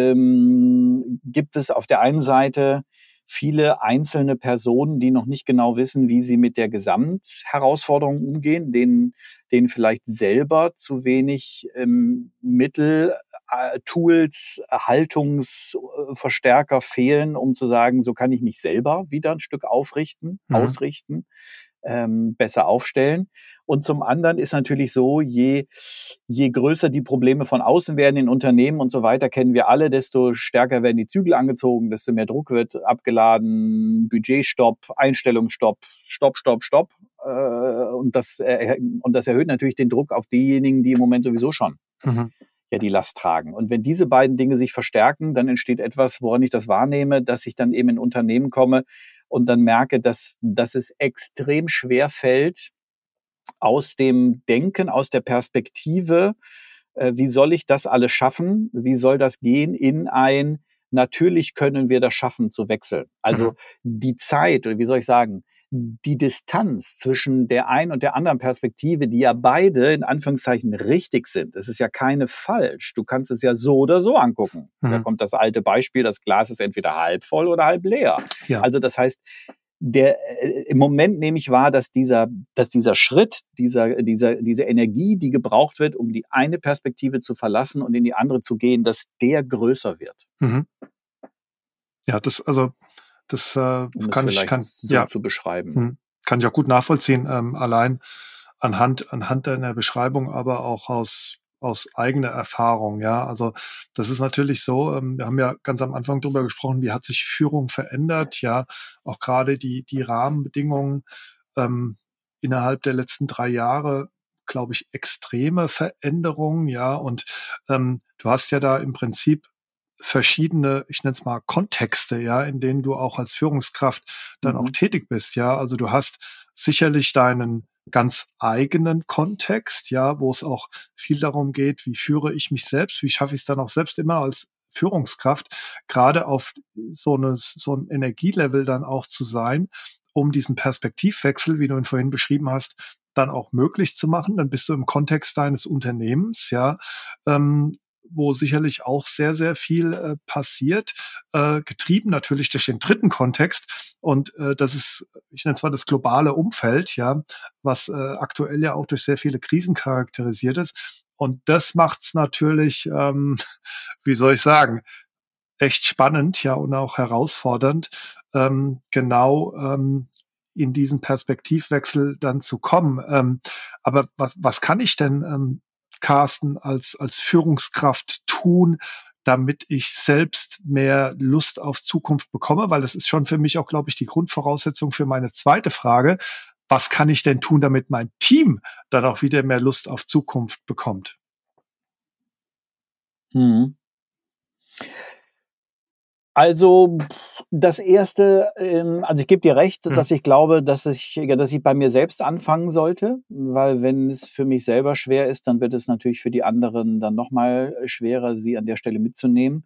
gibt es auf der einen Seite viele einzelne Personen, die noch nicht genau wissen, wie sie mit der Gesamtherausforderung umgehen, denen vielleicht selber zu wenig Mittel, Tools, Haltungsverstärker fehlen, um zu sagen, so kann ich mich selber wieder ein Stück ausrichten, besser aufstellen. Und zum anderen ist natürlich so, je größer die Probleme von außen werden in Unternehmen und so weiter, kennen wir alle, desto stärker werden die Zügel angezogen, desto mehr Druck wird abgeladen, Budgetstopp, Einstellungsstopp, Stopp. Und das erhöht natürlich den Druck auf diejenigen, die im Moment sowieso schon ja die Last tragen. Und wenn diese beiden Dinge sich verstärken, dann entsteht etwas, woran ich das wahrnehme, dass ich dann eben in Unternehmen komme und dann merke, dass es extrem schwer fällt, aus dem Denken, aus der Perspektive, wie soll ich das alles schaffen? Wie soll das gehen in ein natürlich können wir das schaffen zu wechseln. Also die Zeit, oder wie soll ich sagen, die Distanz zwischen der einen und der anderen Perspektive, die ja beide in Anführungszeichen richtig sind. Es ist ja keine falsch. Du kannst es ja so oder so angucken. Da kommt das alte Beispiel, das Glas ist entweder halb voll oder halb leer. Ja. Also das heißt, im Moment nehme ich wahr, dass dieser Schritt, diese Energie, die gebraucht wird, um die eine Perspektive zu verlassen und in die andere zu gehen, dass der größer wird. Ja, das Um kann es ich vielleicht so zu beschreiben. kann ich auch gut nachvollziehen, allein anhand deiner Beschreibung, aber auch aus eigener Erfahrung, ja. Also das ist natürlich so, wir haben ja ganz am Anfang drüber gesprochen, wie hat sich Führung verändert, ja, auch gerade die Rahmenbedingungen innerhalb der letzten 3 Jahre, glaube ich, extreme Veränderungen, ja. Und du hast ja da im Prinzip verschiedene, ich nenne es mal Kontexte, ja, in denen du auch als Führungskraft dann auch tätig bist, ja. Also du hast sicherlich deinen ganz eigenen Kontext, ja, wo es auch viel darum geht, wie führe ich mich selbst, wie schaffe ich es dann auch selbst immer als Führungskraft, gerade auf so ein Energielevel dann auch zu sein, um diesen Perspektivwechsel, wie du ihn vorhin beschrieben hast, dann auch möglich zu machen. Dann bist du im Kontext deines Unternehmens, ja, wo sicherlich auch sehr, sehr viel passiert, getrieben natürlich durch den dritten Kontext. Und das ist, ich nenne es mal das globale Umfeld, ja, was aktuell ja auch durch sehr viele Krisen charakterisiert ist. Und das macht's natürlich, wie soll ich sagen, echt spannend, ja, und auch herausfordernd, genau in diesen Perspektivwechsel dann zu kommen. Aber was kann ich denn, Carsten, als Führungskraft tun, damit ich selbst mehr Lust auf Zukunft bekomme? Weil das ist schon für mich auch, glaube ich, die Grundvoraussetzung für meine zweite Frage. Was kann ich denn tun, damit mein Team dann auch wieder mehr Lust auf Zukunft bekommt? Also das Erste, also ich gebe dir recht, dass ich glaube, dass ich bei mir selbst anfangen sollte, weil wenn es für mich selber schwer ist, dann wird es natürlich für die anderen dann noch mal schwerer, sie an der Stelle mitzunehmen.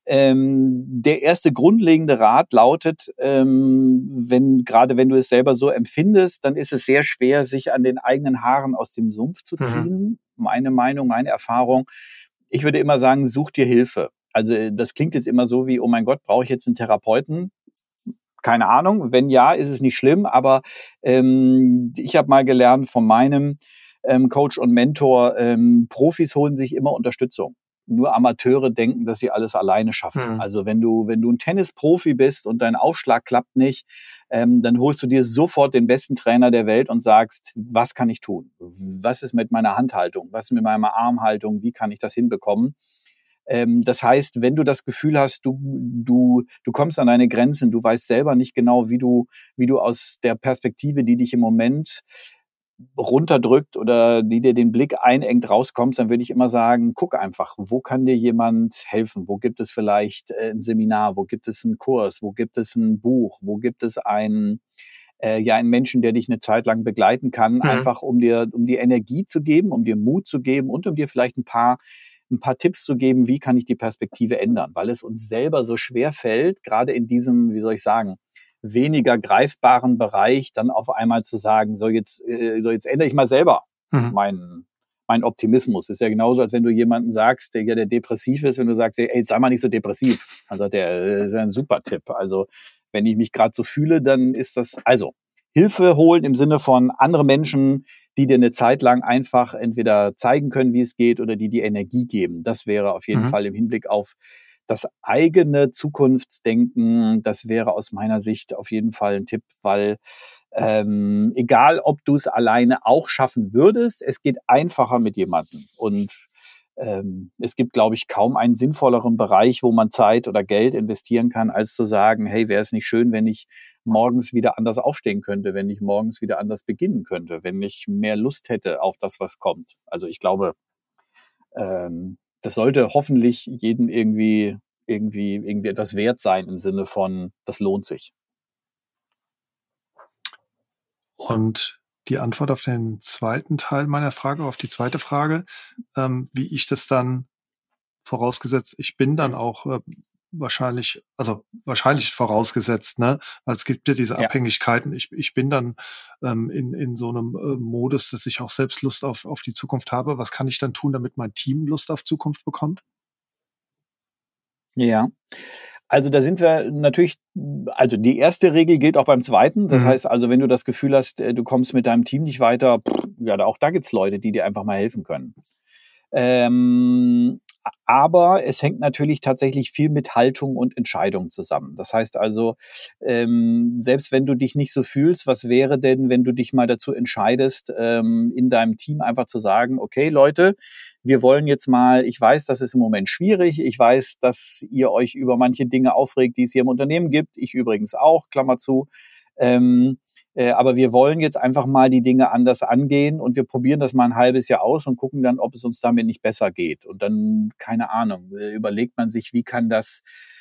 Der erste grundlegende Rat lautet, wenn du es selber so empfindest, dann ist es sehr schwer, sich an den eigenen Haaren aus dem Sumpf zu ziehen. Meine Meinung, meine Erfahrung. Ich würde immer sagen, such dir Hilfe. Also das klingt jetzt immer so wie, oh mein Gott, brauche ich jetzt einen Therapeuten? Keine Ahnung. Wenn ja, ist es nicht schlimm. Aber ich habe mal gelernt von meinem Coach und Mentor, Profis holen sich immer Unterstützung. Nur Amateure denken, dass sie alles alleine schaffen. Also wenn du ein Tennisprofi bist und dein Aufschlag klappt nicht, dann holst du dir sofort den besten Trainer der Welt und sagst, was kann ich tun? Was ist mit meiner Handhaltung? Was ist mit meiner Armhaltung? Wie kann ich das hinbekommen? Das heißt, wenn du das Gefühl hast, du kommst an deine Grenzen, du weißt selber nicht genau, wie du aus der Perspektive, die dich im Moment runterdrückt oder die dir den Blick einengt, rauskommst, dann würde ich immer sagen, guck einfach, wo kann dir jemand helfen? Wo gibt es vielleicht ein Seminar? Wo gibt es einen Kurs? Wo gibt es ein Buch? Wo gibt es einen Menschen, der dich eine Zeit lang begleiten kann, einfach um die Energie zu geben, um dir Mut zu geben und um dir vielleicht ein paar Tipps zu geben, wie kann ich die Perspektive ändern, weil es uns selber so schwer fällt, gerade in diesem, wie soll ich sagen, weniger greifbaren Bereich, dann auf einmal zu sagen, so jetzt ändere ich mal selber meinen Optimismus. Ist ja genauso, als wenn du jemanden sagst, der depressiv ist, wenn du sagst, ey, sei mal nicht so depressiv. Dann sagt der ist ja ein super Tipp. Also wenn ich mich gerade so fühle, dann ist das, also Hilfe holen im Sinne von andere Menschen, die dir eine Zeit lang einfach entweder zeigen können, wie es geht, oder die dir Energie geben. Das wäre auf jeden Fall im Hinblick auf das eigene Zukunftsdenken, das wäre aus meiner Sicht auf jeden Fall ein Tipp, weil egal, ob du es alleine auch schaffen würdest, es geht einfacher mit jemandem. Und es gibt, glaube ich, kaum einen sinnvolleren Bereich, wo man Zeit oder Geld investieren kann, als zu sagen, hey, wäre es nicht schön, wenn ich morgens wieder anders aufstehen könnte, wenn ich morgens wieder anders beginnen könnte, wenn ich mehr Lust hätte auf das, was kommt. Also ich glaube, das sollte hoffentlich jedem irgendwie etwas wert sein im Sinne von, das lohnt sich. Und die Antwort auf den zweiten Teil meiner Frage, auf die zweite Frage, wie ich das dann, vorausgesetzt, ich bin dann auch wahrscheinlich vorausgesetzt, ne? Weil es gibt ja diese Ja. Abhängigkeiten. Ich bin dann in so einem Modus, dass ich auch selbst Lust auf die Zukunft habe. Was kann ich dann tun, damit mein Team Lust auf Zukunft bekommt? Ja. Also da sind wir natürlich, also die erste Regel gilt auch beim zweiten. Das heißt also, wenn du das Gefühl hast, du kommst mit deinem Team nicht weiter, ja, auch da gibt's Leute, die dir einfach mal helfen können. Aber es hängt natürlich tatsächlich viel mit Haltung und Entscheidung zusammen. Das heißt also, selbst wenn du dich nicht so fühlst, was wäre denn, wenn du dich mal dazu entscheidest, in deinem Team einfach zu sagen, okay, Leute, wir wollen jetzt mal, ich weiß, das ist im Moment schwierig, ich weiß, dass ihr euch über manche Dinge aufregt, die es hier im Unternehmen gibt, ich übrigens auch, Klammer zu, aber wir wollen jetzt einfach mal die Dinge anders angehen und wir probieren das mal ein halbes Jahr aus und gucken dann, ob es uns damit nicht besser geht. Und dann, keine Ahnung, überlegt man sich, wie kann das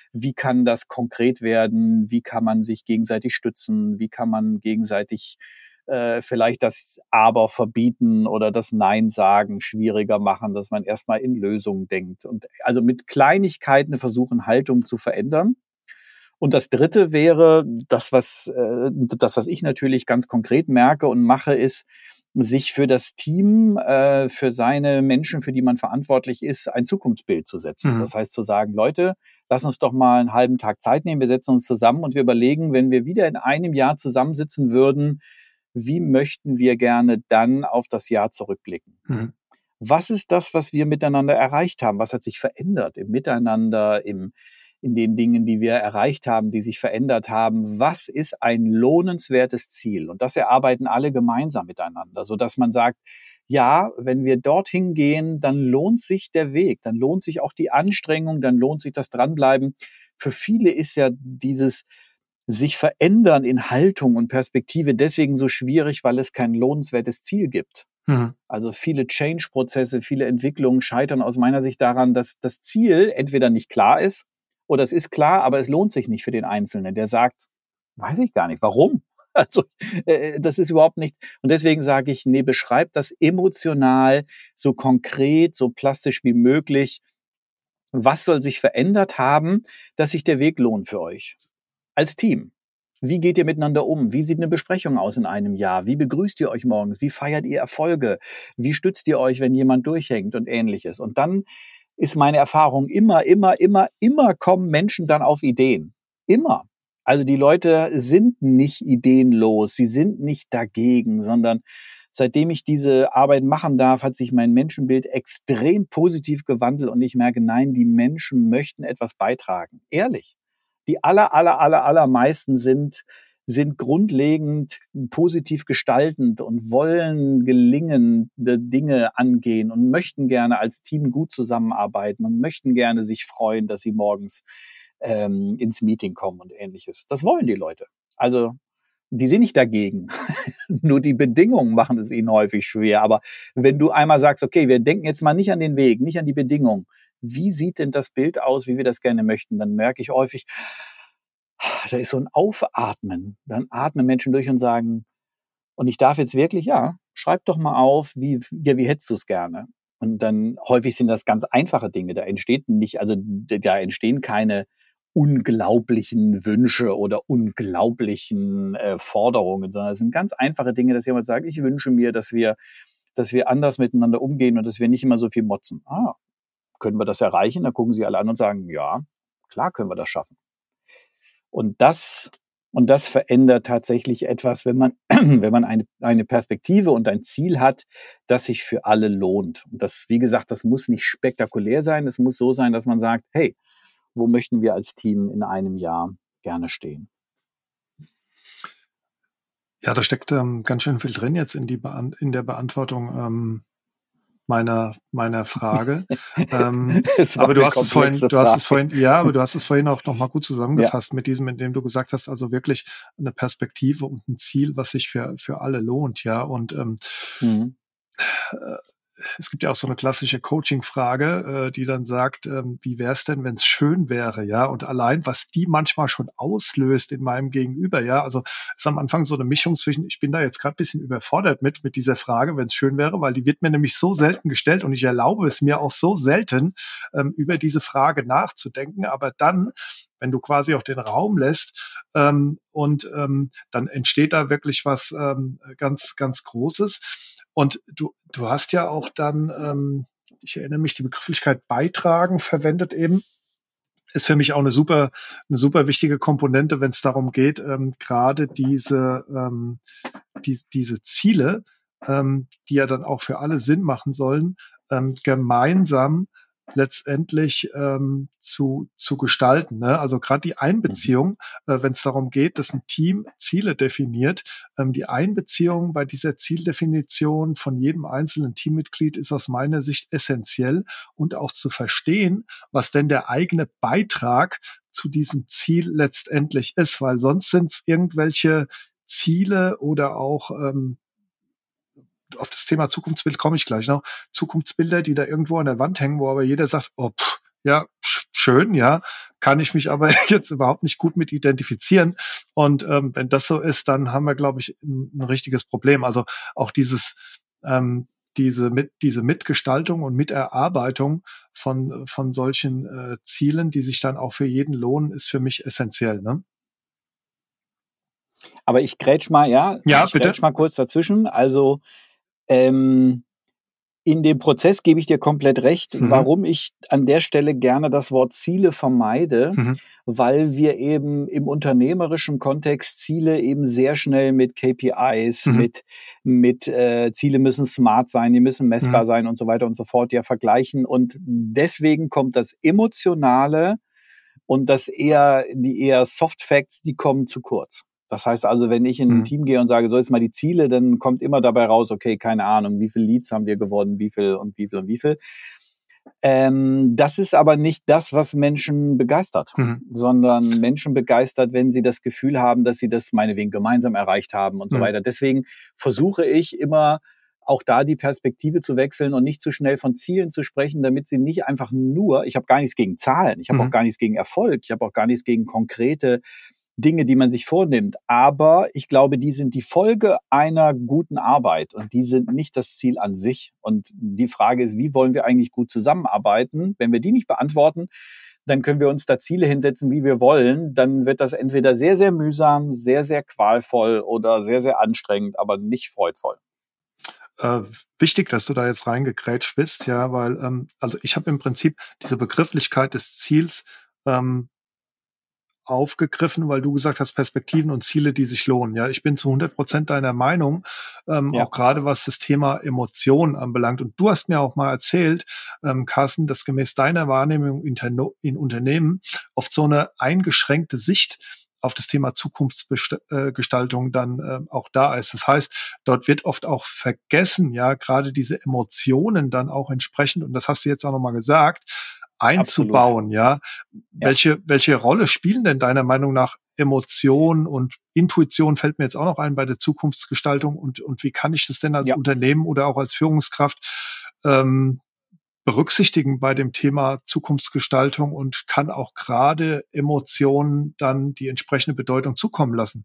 konkret werden? Wie kann man sich gegenseitig stützen? Wie kann man gegenseitig vielleicht das Aber verbieten oder das Nein sagen schwieriger machen, dass man erstmal in Lösungen denkt. Und also mit Kleinigkeiten versuchen, Haltung zu verändern. Und das Dritte wäre, das, was ich natürlich ganz konkret merke und mache, ist, sich für das Team, für seine Menschen, für die man verantwortlich ist, ein Zukunftsbild zu setzen. Das heißt zu sagen, Leute, lass uns doch mal einen halben Tag Zeit nehmen, wir setzen uns zusammen und wir überlegen, wenn wir wieder in einem Jahr zusammensitzen würden, wie möchten wir gerne dann auf das Jahr zurückblicken? Was ist das, was wir miteinander erreicht haben? Was hat sich verändert im Miteinander, in den Dingen, die wir erreicht haben, die sich verändert haben? Was ist ein lohnenswertes Ziel? Und das erarbeiten alle gemeinsam miteinander, sodass man sagt, ja, wenn wir dorthin gehen, dann lohnt sich der Weg, dann lohnt sich auch die Anstrengung, dann lohnt sich das Dranbleiben. Für viele ist ja dieses sich verändern in Haltung und Perspektive deswegen so schwierig, weil es kein lohnenswertes Ziel gibt. Also viele Change-Prozesse, viele Entwicklungen scheitern aus meiner Sicht daran, dass das Ziel entweder nicht klar ist oder es ist klar, aber es lohnt sich nicht für den Einzelnen. Der sagt, weiß ich gar nicht, warum? Also das ist überhaupt nicht. Und deswegen sage ich, nee, beschreibt das emotional, so konkret, so plastisch wie möglich. Was soll sich verändert haben, dass sich der Weg lohnt für euch? Als Team. Wie geht ihr miteinander um? Wie sieht eine Besprechung aus in einem Jahr? Wie begrüßt ihr euch morgens? Wie feiert ihr Erfolge? Wie stützt ihr euch, wenn jemand durchhängt und Ähnliches? Und dann ist meine Erfahrung immer kommen Menschen dann auf Ideen. Immer. Also die Leute sind nicht ideenlos. Sie sind nicht dagegen, sondern seitdem ich diese Arbeit machen darf, hat sich mein Menschenbild extrem positiv gewandelt und ich merke, nein, die Menschen möchten etwas beitragen. Ehrlich. Die allermeisten sind grundlegend positiv gestaltend und wollen gelingende Dinge angehen und möchten gerne als Team gut zusammenarbeiten und möchten gerne sich freuen, dass sie morgens ins Meeting kommen und Ähnliches. Das wollen die Leute. Also die sind nicht dagegen. Nur die Bedingungen machen es ihnen häufig schwer. Aber wenn du einmal sagst, okay, wir denken jetzt mal nicht an den Weg, nicht an die Bedingungen, wie sieht denn das Bild aus, wie wir das gerne möchten, dann merke ich häufig, da ist so ein Aufatmen. Dann atmen Menschen durch und sagen, und ich darf jetzt wirklich, ja, schreib doch mal auf, wie hättest du es gerne? Und dann häufig sind das ganz einfache Dinge. Da entsteht nicht, also da entstehen keine unglaublichen Wünsche oder unglaublichen Forderungen, sondern es sind ganz einfache Dinge, dass jemand sagt, ich wünsche mir, dass wir anders miteinander umgehen und dass wir nicht immer so viel motzen. Können wir das erreichen? Dann gucken sie alle an und sagen, ja, klar können wir das schaffen. Und das verändert tatsächlich etwas, wenn man eine Perspektive und ein Ziel hat, das sich für alle lohnt. Und das, wie gesagt, das muss nicht spektakulär sein. Es muss so sein, dass man sagt, hey, wo möchten wir als Team in einem Jahr gerne stehen? Ja, da steckt ganz schön viel drin jetzt in der Beantwortung meiner Frage. Aber du hast es vorhin auch noch mal gut zusammengefasst mit diesem, indem du gesagt hast, also wirklich eine Perspektive und ein Ziel, was sich für alle lohnt, ja. Und es gibt ja auch so eine klassische Coaching-Frage, die dann sagt, wie wäre es denn, wenn es schön wäre, ja? Und allein, was die manchmal schon auslöst in meinem Gegenüber, ja, also ist am Anfang so eine Mischung zwischen, ich bin da jetzt gerade ein bisschen überfordert mit dieser Frage, wenn es schön wäre, weil die wird mir nämlich so selten gestellt und ich erlaube es mir auch so selten, über diese Frage nachzudenken. Aber dann, wenn du quasi auch den Raum lässt, dann entsteht da wirklich was ganz, ganz Großes. Und du hast ja auch dann, ich erinnere mich, die Begrifflichkeit beitragen verwendet eben. Ist für mich auch eine super wichtige Komponente, wenn es darum geht, gerade diese Ziele, die ja dann auch für alle Sinn machen sollen, gemeinsam letztendlich zu gestalten. Ne? Also gerade die Einbeziehung, wenn es darum geht, dass ein Team Ziele definiert, die Einbeziehung bei dieser Zieldefinition von jedem einzelnen Teammitglied ist aus meiner Sicht essentiell und auch zu verstehen, was denn der eigene Beitrag zu diesem Ziel letztendlich ist, weil sonst sind es irgendwelche Ziele oder auch auf das Thema Zukunftsbild komme ich gleich noch. Zukunftsbilder, die da irgendwo an der Wand hängen, wo aber jeder sagt, oh, ja, schön, ja, kann ich mich aber jetzt überhaupt nicht gut mit identifizieren. Und wenn das so ist, dann haben wir, glaube ich, ein richtiges Problem. Also auch diese Mitgestaltung und Miterarbeitung von solchen Zielen, die sich dann auch für jeden lohnen, ist für mich essentiell. Ne? Aber ich grätsch mal, bitte. Mal kurz dazwischen. Also in dem Prozess gebe ich dir komplett recht, warum ich an der Stelle gerne das Wort Ziele vermeide, weil wir eben im unternehmerischen Kontext Ziele eben sehr schnell mit KPIs, mit Ziele müssen smart sein, die müssen messbar sein und so weiter und so fort ja vergleichen. Und deswegen kommt das Emotionale und die eher Soft Facts, die kommen zu kurz. Das heißt also, wenn ich in ein Team gehe und sage, so jetzt mal die Ziele, dann kommt immer dabei raus, okay, keine Ahnung, wie viele Leads haben wir gewonnen, wie viel und wie viel und wie viel. Das ist aber nicht das, was Menschen begeistert, sondern Menschen begeistert, wenn sie das Gefühl haben, dass sie das meinetwegen gemeinsam erreicht haben und so weiter. Deswegen versuche ich immer auch da die Perspektive zu wechseln und nicht zu schnell von Zielen zu sprechen, damit sie nicht einfach nur, ich habe gar nichts gegen Zahlen, ich habe auch gar nichts gegen Erfolg, ich habe auch gar nichts gegen konkrete Dinge, die man sich vornimmt. Aber ich glaube, die sind die Folge einer guten Arbeit und die sind nicht das Ziel an sich. Und die Frage ist, wie wollen wir eigentlich gut zusammenarbeiten? Wenn wir die nicht beantworten, dann können wir uns da Ziele hinsetzen, wie wir wollen. Dann wird das entweder sehr, sehr mühsam, sehr, sehr qualvoll oder sehr, sehr anstrengend, aber nicht freudvoll. Wichtig, dass du da jetzt reingegrätscht bist, ja, weil also ich habe im Prinzip diese Begrifflichkeit des Ziels aufgegriffen, weil du gesagt hast, Perspektiven und Ziele, die sich lohnen. Ja, ich bin zu 100% deiner Meinung, auch gerade was das Thema Emotionen anbelangt. Und du hast mir auch mal erzählt, Carsten, dass gemäß deiner Wahrnehmung in Unternehmen oft so eine eingeschränkte Sicht auf das Thema Zukunftsgestaltung dann auch da ist. Das heißt, dort wird oft auch vergessen, ja, gerade diese Emotionen dann auch entsprechend, und das hast du jetzt auch nochmal gesagt, einzubauen, ja. Welche Rolle spielen denn deiner Meinung nach Emotionen und Intuition fällt mir jetzt auch noch ein bei der Zukunftsgestaltung und wie kann ich das denn als Unternehmen oder auch als Führungskraft berücksichtigen bei dem Thema Zukunftsgestaltung und kann auch gerade Emotionen dann die entsprechende Bedeutung zukommen lassen?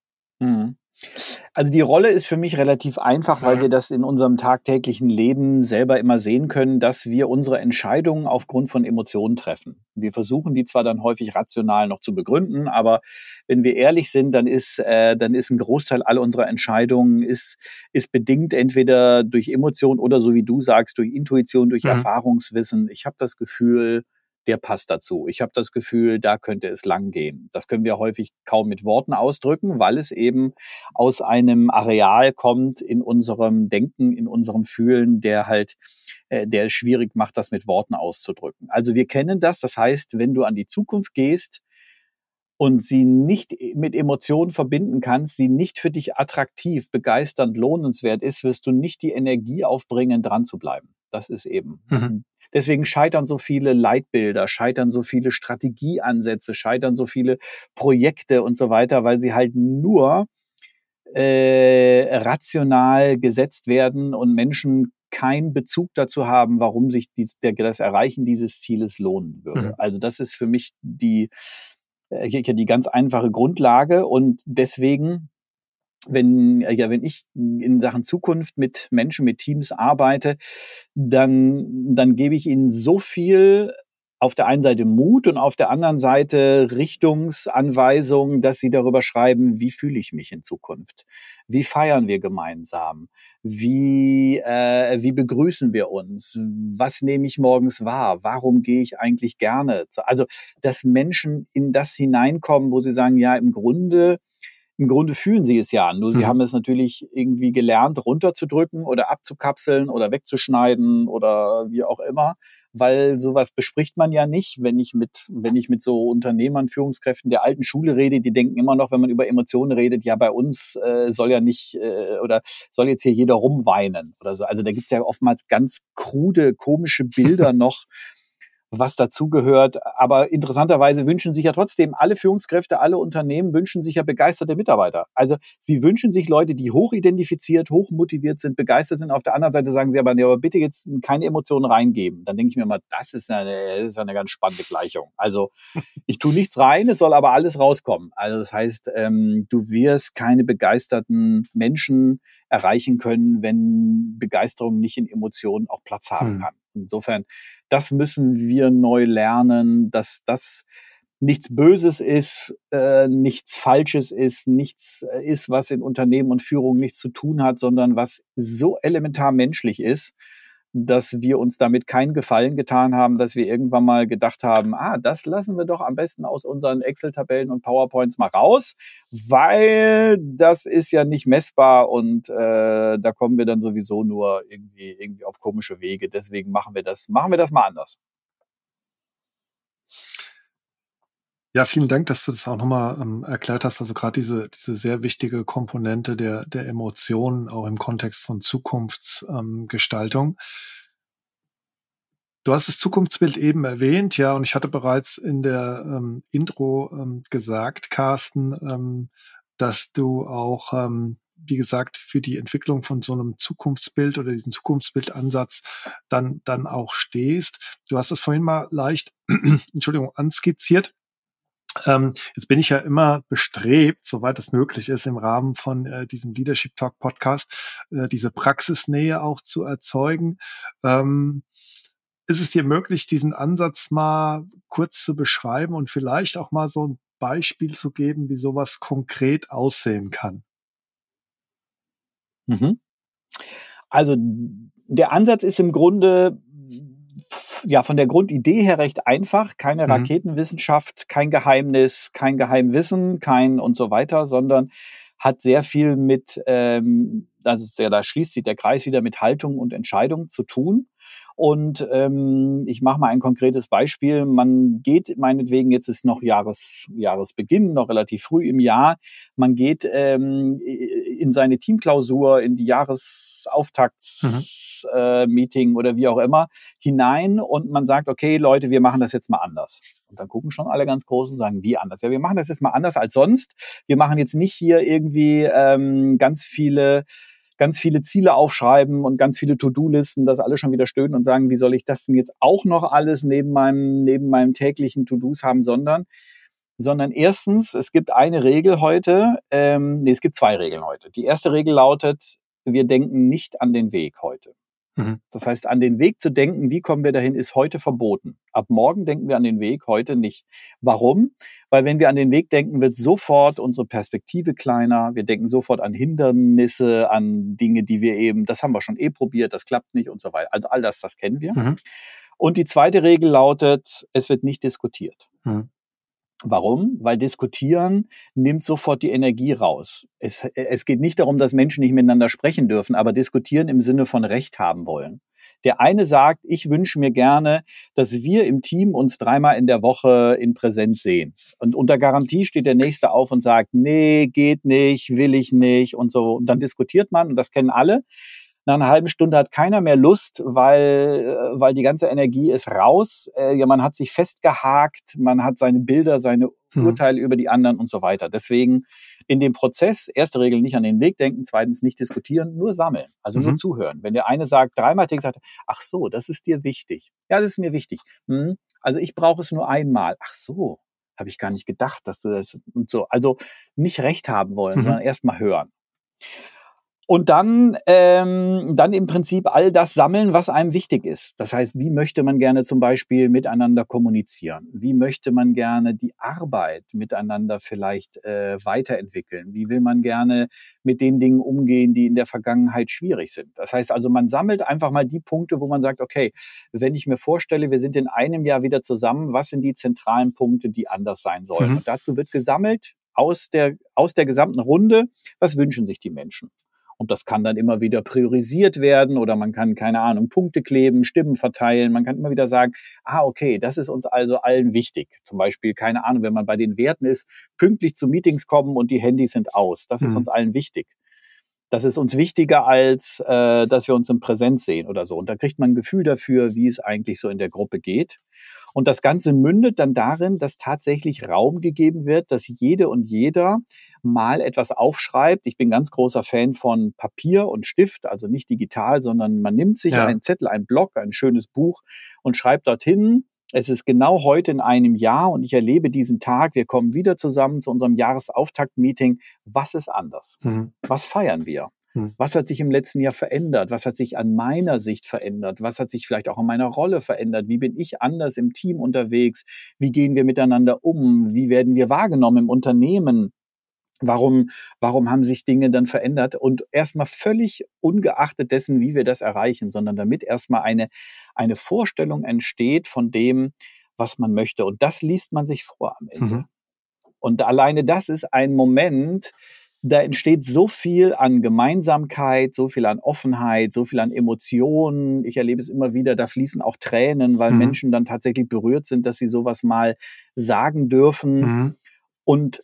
Also die Rolle ist für mich relativ einfach, weil wir das in unserem tagtäglichen Leben selber immer sehen können, dass wir unsere Entscheidungen aufgrund von Emotionen treffen. Wir versuchen die zwar dann häufig rational noch zu begründen, aber wenn wir ehrlich sind, dann ist ein Großteil all unserer Entscheidungen ist bedingt entweder durch Emotion oder so wie du sagst, durch Intuition, durch Erfahrungswissen. Ich habe das Gefühl, der passt dazu. Ich habe das Gefühl, da könnte es lang gehen. Das können wir häufig kaum mit Worten ausdrücken, weil es eben aus einem Areal kommt in unserem Denken, in unserem Fühlen, der es schwierig macht, das mit Worten auszudrücken. Also wir kennen das. Das heißt, wenn du an die Zukunft gehst und sie nicht mit Emotionen verbinden kannst, sie nicht für dich attraktiv, begeisternd, lohnenswert ist, wirst du nicht die Energie aufbringen, dran zu bleiben. Das ist eben. Deswegen scheitern so viele Leitbilder, scheitern so viele Strategieansätze, scheitern so viele Projekte und so weiter, weil sie halt nur rational gesetzt werden und Menschen keinen Bezug dazu haben, warum sich das Erreichen dieses Zieles lohnen würde. Also das ist für mich die ganz einfache Grundlage, und deswegen, wenn ich in Sachen Zukunft mit Menschen, mit Teams arbeite, dann gebe ich ihnen so viel, auf der einen Seite Mut und auf der anderen Seite Richtungsanweisungen, dass sie darüber schreiben, wie fühle ich mich in Zukunft? Wie feiern wir gemeinsam? Wie begrüßen wir uns? Was nehme ich morgens wahr? Warum gehe ich eigentlich gerne? Also, dass Menschen in das hineinkommen, wo sie sagen, ja, im Grunde fühlen sie es ja, nur sie haben es natürlich irgendwie gelernt, runterzudrücken oder abzukapseln oder wegzuschneiden oder wie auch immer, weil sowas bespricht man ja nicht. Wenn ich mit so Unternehmern, Führungskräften der alten Schule rede, die denken immer noch, wenn man über Emotionen redet, ja, bei uns soll ja nicht oder soll jetzt hier jeder rumweinen oder so. Also da gibt's ja oftmals ganz krude, komische Bilder noch, was dazugehört. Aber interessanterweise wünschen sich ja trotzdem alle Führungskräfte, alle Unternehmen wünschen sich ja begeisterte Mitarbeiter. Also sie wünschen sich Leute, die hochidentifiziert, hochmotiviert sind, begeistert sind. Auf der anderen Seite sagen sie aber, nee, aber bitte jetzt keine Emotionen reingeben. Dann denke ich mir mal, das ist eine ganz spannende Gleichung. Also ich tue nichts rein, es soll aber alles rauskommen. Also das heißt, du wirst keine begeisterten Menschen erreichen können, wenn Begeisterung nicht in Emotionen auch Platz haben kann. Insofern, das müssen wir neu lernen, dass das nichts Böses ist, nichts Falsches ist, nichts ist, was in Unternehmen und Führung nichts zu tun hat, sondern was so elementar menschlich ist, dass wir uns damit keinen Gefallen getan haben, dass wir irgendwann mal gedacht haben, das lassen wir doch am besten aus unseren Excel-Tabellen und PowerPoints mal raus, weil das ist ja nicht messbar und da kommen wir dann sowieso nur irgendwie auf komische Wege. Deswegen machen wir das mal anders. Ja, vielen Dank, dass du das auch nochmal erklärt hast. Also gerade diese sehr wichtige Komponente der Emotionen auch im Kontext von Zukunftsgestaltung. Du hast das Zukunftsbild eben erwähnt, ja, und ich hatte bereits in der Intro gesagt, Carsten, dass du auch, wie gesagt, für die Entwicklung von so einem Zukunftsbild oder diesen Zukunftsbildansatz dann auch stehst. Du hast es vorhin mal leicht, anskizziert. Jetzt bin ich ja immer bestrebt, soweit es möglich ist, im Rahmen von diesem Leadership Talk Podcast, diese Praxisnähe auch zu erzeugen. Ist es dir möglich, diesen Ansatz mal kurz zu beschreiben und vielleicht auch mal so ein Beispiel zu geben, wie sowas konkret aussehen kann? Also der Ansatz ist im Grunde ja von der Grundidee her recht einfach. Keine Raketenwissenschaft, kein Geheimnis, kein Geheimwissen, kein und so weiter, sondern hat sehr viel mit, da schließt sich der Kreis wieder, mit Haltung und Entscheidung zu tun. Und ich mache mal ein konkretes Beispiel. Man geht meinetwegen, jetzt ist noch Jahresbeginn, noch relativ früh im Jahr, man geht in seine Teamklausur, in die Jahresauftaktsmeeting oder wie auch immer hinein und man sagt, okay Leute, wir machen das jetzt mal anders. Und dann gucken schon alle ganz groß und sagen, wie anders? Ja, wir machen das jetzt mal anders als sonst. Wir machen jetzt nicht hier irgendwie ganz viele Ziele aufschreiben und ganz viele To-Do-Listen, dass alle schon wieder stöhnen und sagen, wie soll ich das denn jetzt auch noch alles neben meinem täglichen To-Dos haben, sondern erstens, es gibt eine Regel heute, es gibt zwei Regeln heute. Die erste Regel lautet, wir denken nicht an den Weg heute. Das heißt, an den Weg zu denken, wie kommen wir dahin, ist heute verboten. Ab morgen denken wir an den Weg, heute nicht. Warum? Weil wenn wir an den Weg denken, wird sofort unsere Perspektive kleiner. Wir denken sofort an Hindernisse, an Dinge, die wir eben, das haben wir schon probiert, das klappt nicht und so weiter. Also all das kennen wir. Und die zweite Regel lautet, es wird nicht diskutiert. Warum? Weil diskutieren nimmt sofort die Energie raus. Es geht nicht darum, dass Menschen nicht miteinander sprechen dürfen, aber diskutieren im Sinne von Recht haben wollen. Der eine sagt, ich wünsche mir gerne, dass wir im Team uns 3-mal in der Woche in Präsenz sehen. Und unter Garantie steht der Nächste auf und sagt, nee, geht nicht, will ich nicht und so. Und dann diskutiert man, und das kennen alle. Nach einer halben Stunde hat keiner mehr Lust, weil die ganze Energie ist raus. Man hat sich festgehakt, man hat seine Bilder, seine Urteile über die anderen und so weiter. Deswegen in dem Prozess, erste Regel, nicht an den Weg denken, zweitens nicht diskutieren, nur sammeln, also nur zuhören. Wenn der eine sagt, dreimal täglich, sagt, ach so, das ist dir wichtig. Ja, das ist mir wichtig. Also ich brauche es nur einmal. Ach so, habe ich gar nicht gedacht, dass du das und so. Also nicht recht haben wollen, sondern erst mal hören. Und dann im Prinzip all das sammeln, was einem wichtig ist. Das heißt, wie möchte man gerne zum Beispiel miteinander kommunizieren? Wie möchte man gerne die Arbeit miteinander vielleicht weiterentwickeln? Wie will man gerne mit den Dingen umgehen, die in der Vergangenheit schwierig sind? Das heißt also, man sammelt einfach mal die Punkte, wo man sagt, okay, wenn ich mir vorstelle, wir sind in einem Jahr wieder zusammen, was sind die zentralen Punkte, die anders sein sollen? Und dazu wird gesammelt aus der gesamten Runde, was wünschen sich die Menschen? Und das kann dann immer wieder priorisiert werden oder man kann, keine Ahnung, Punkte kleben, Stimmen verteilen. Man kann immer wieder sagen, okay, das ist uns also allen wichtig. Zum Beispiel, keine Ahnung, wenn man bei den Werten ist, pünktlich zu Meetings kommen und die Handys sind aus. Das ist uns allen wichtig. Das ist uns wichtiger, als dass wir uns in Präsenz sehen oder so. Und da kriegt man ein Gefühl dafür, wie es eigentlich so in der Gruppe geht. Und das Ganze mündet dann darin, dass tatsächlich Raum gegeben wird, dass jede und jeder mal etwas aufschreibt. Ich bin ganz großer Fan von Papier und Stift, also nicht digital, sondern man nimmt sich einen Zettel, einen Block, ein schönes Buch und schreibt dorthin, es ist genau heute in einem Jahr und ich erlebe diesen Tag. Wir kommen wieder zusammen zu unserem Jahresauftakt-Meeting. Was ist anders? Was feiern wir? Was hat sich im letzten Jahr verändert? Was hat sich an meiner Sicht verändert? Was hat sich vielleicht auch an meiner Rolle verändert? Wie bin ich anders im Team unterwegs? Wie gehen wir miteinander um? Wie werden wir wahrgenommen im Unternehmen? Warum haben sich Dinge dann verändert? Und erstmal völlig ungeachtet dessen, wie wir das erreichen, sondern damit erstmal eine Vorstellung entsteht von dem, was man möchte. Und das liest man sich vor am Ende. Und alleine das ist ein Moment, da entsteht so viel an Gemeinsamkeit, so viel an Offenheit, so viel an Emotionen. Ich erlebe es immer wieder, da fließen auch Tränen, weil Menschen dann tatsächlich berührt sind, dass sie sowas mal sagen dürfen. Und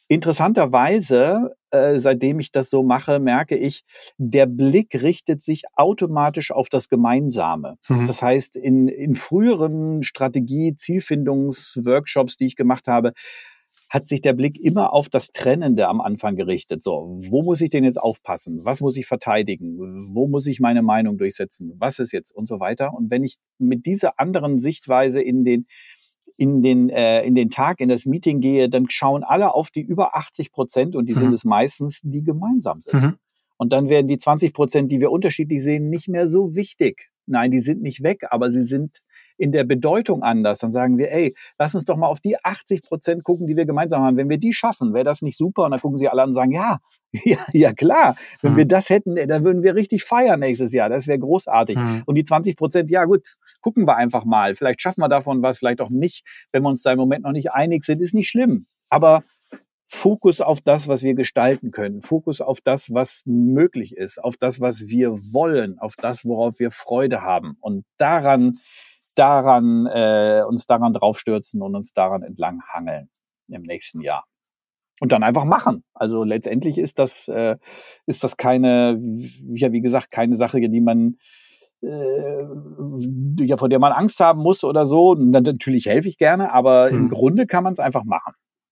interessanterweise, seitdem ich das so mache, merke ich, der Blick richtet sich automatisch auf das Gemeinsame. Das heißt, in früheren Strategie-Zielfindungs-Workshops, die ich gemacht habe, hat sich der Blick immer auf das Trennende am Anfang gerichtet. So, wo muss ich denn jetzt aufpassen? Was muss ich verteidigen? Wo muss ich meine Meinung durchsetzen? Was ist jetzt? Und so weiter. Und wenn ich mit dieser anderen Sichtweise in den Tag, in das Meeting gehe, dann schauen alle auf die über 80%, und die sind es meistens, die gemeinsam sind. Und dann werden die 20%, die wir unterschiedlich sehen, nicht mehr so wichtig. Nein, die sind nicht weg, aber sie sind in der Bedeutung anders. Dann sagen wir, lass uns doch mal auf die 80% gucken, die wir gemeinsam haben. Wenn wir die schaffen, wäre das nicht super? Und dann gucken sie alle an und sagen, ja klar. Wenn wir das hätten, dann würden wir richtig feiern nächstes Jahr. Das wäre großartig. Und die 20%, ja gut, gucken wir einfach mal. Vielleicht schaffen wir davon was, vielleicht auch nicht. Wenn wir uns da im Moment noch nicht einig sind, ist nicht schlimm. Aber Fokus auf das, was wir gestalten können. Fokus auf das, was möglich ist. Auf das, was wir wollen. Auf das, worauf wir Freude haben. Und uns daran draufstürzen und uns daran entlang hangeln im nächsten Jahr. Und dann einfach machen. Also letztendlich ist das keine, ja, wie gesagt, keine Sache, die man vor der man Angst haben muss oder so. Und dann natürlich helfe ich gerne, aber im Grunde kann man es einfach machen.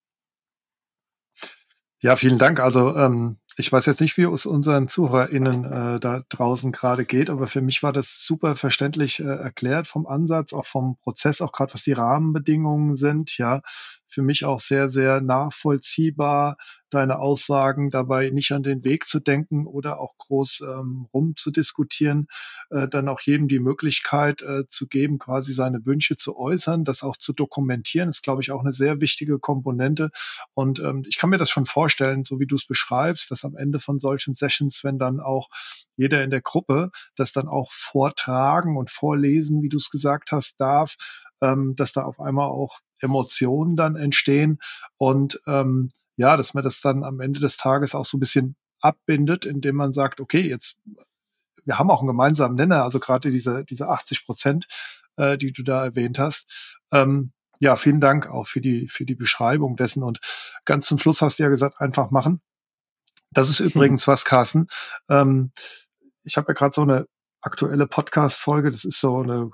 Ja, vielen Dank. Also ich weiß jetzt nicht, wie es unseren ZuhörerInnen da draußen gerade geht, aber für mich war das super verständlich erklärt vom Ansatz, auch vom Prozess, auch gerade was die Rahmenbedingungen sind. Ja, für mich auch sehr, sehr nachvollziehbar, deine Aussagen dabei nicht an den Weg zu denken oder auch groß rumzudiskutieren, dann auch jedem die Möglichkeit zu geben, quasi seine Wünsche zu äußern, das auch zu dokumentieren, ist, glaube ich, auch eine sehr wichtige Komponente. Und ich kann mir das schon vorstellen, so wie du es beschreibst, dass am Ende von solchen Sessions, wenn dann auch jeder in der Gruppe das dann auch vortragen und vorlesen, wie du es gesagt hast, darf, dass da auf einmal auch Emotionen dann entstehen und dass man das dann am Ende des Tages auch so ein bisschen abbindet, indem man sagt, okay, jetzt, wir haben auch einen gemeinsamen Nenner, also gerade diese 80%, die du da erwähnt hast. Vielen Dank auch für die Beschreibung dessen. Und ganz zum Schluss hast du ja gesagt, einfach machen. Das ist übrigens was, Carsten. Ich habe ja gerade so eine aktuelle Podcast-Folge, das ist so eine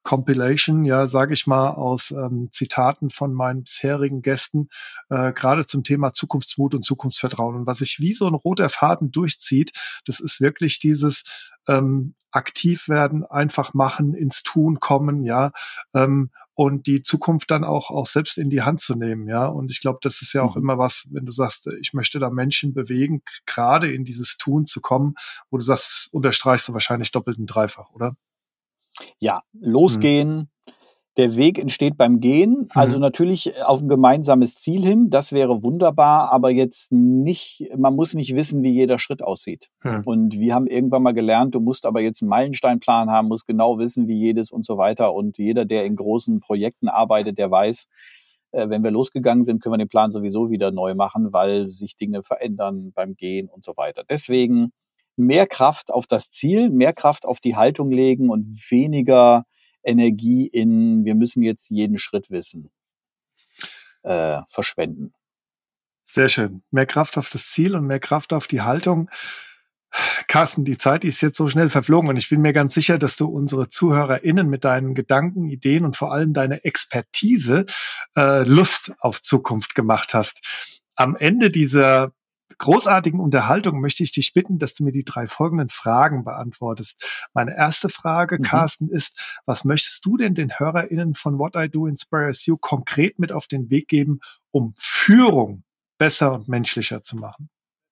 Compilation, ja, sage ich mal, aus Zitaten von meinen bisherigen Gästen, gerade zum Thema Zukunftsmut und Zukunftsvertrauen. Und was sich wie so ein roter Faden durchzieht, das ist wirklich dieses aktiv werden, einfach machen, ins Tun kommen, ja, und die Zukunft dann auch selbst in die Hand zu nehmen, ja. Und ich glaube, das ist ja auch immer was, wenn du sagst, ich möchte da Menschen bewegen, gerade in dieses Tun zu kommen, wo du sagst, das unterstreichst du wahrscheinlich doppelt und dreifach, oder? Ja, Mhm. losgehen. Der Weg entsteht beim Gehen, also Mhm. natürlich auf ein gemeinsames Ziel hin, das wäre wunderbar, aber jetzt nicht, man muss nicht wissen, wie jeder Schritt aussieht. Mhm. Und wir haben irgendwann mal gelernt, du musst aber jetzt einen Meilensteinplan haben, musst genau wissen, wie jedes und so weiter. Und jeder, der in großen Projekten arbeitet, der weiß, wenn wir losgegangen sind, können wir den Plan sowieso wieder neu machen, weil sich Dinge verändern beim Gehen und so weiter. Deswegen mehr Kraft auf das Ziel, mehr Kraft auf die Haltung legen und weniger Energie in, wir müssen jetzt jeden Schritt wissen, verschwenden. Sehr schön. Mehr Kraft auf das Ziel und mehr Kraft auf die Haltung. Carsten, die Zeit ist jetzt so schnell verflogen und ich bin mir ganz sicher, dass du unsere ZuhörerInnen mit deinen Gedanken, Ideen und vor allem deiner Expertise Lust auf Zukunft gemacht hast. Am Ende dieser großartigen Unterhaltung möchte ich dich bitten, dass du mir die 3 folgenden Fragen beantwortest. Meine erste Frage, Mhm. Carsten, ist, was möchtest du denn den HörerInnen von What I Do Inspires You konkret mit auf den Weg geben, um Führung besser und menschlicher zu machen?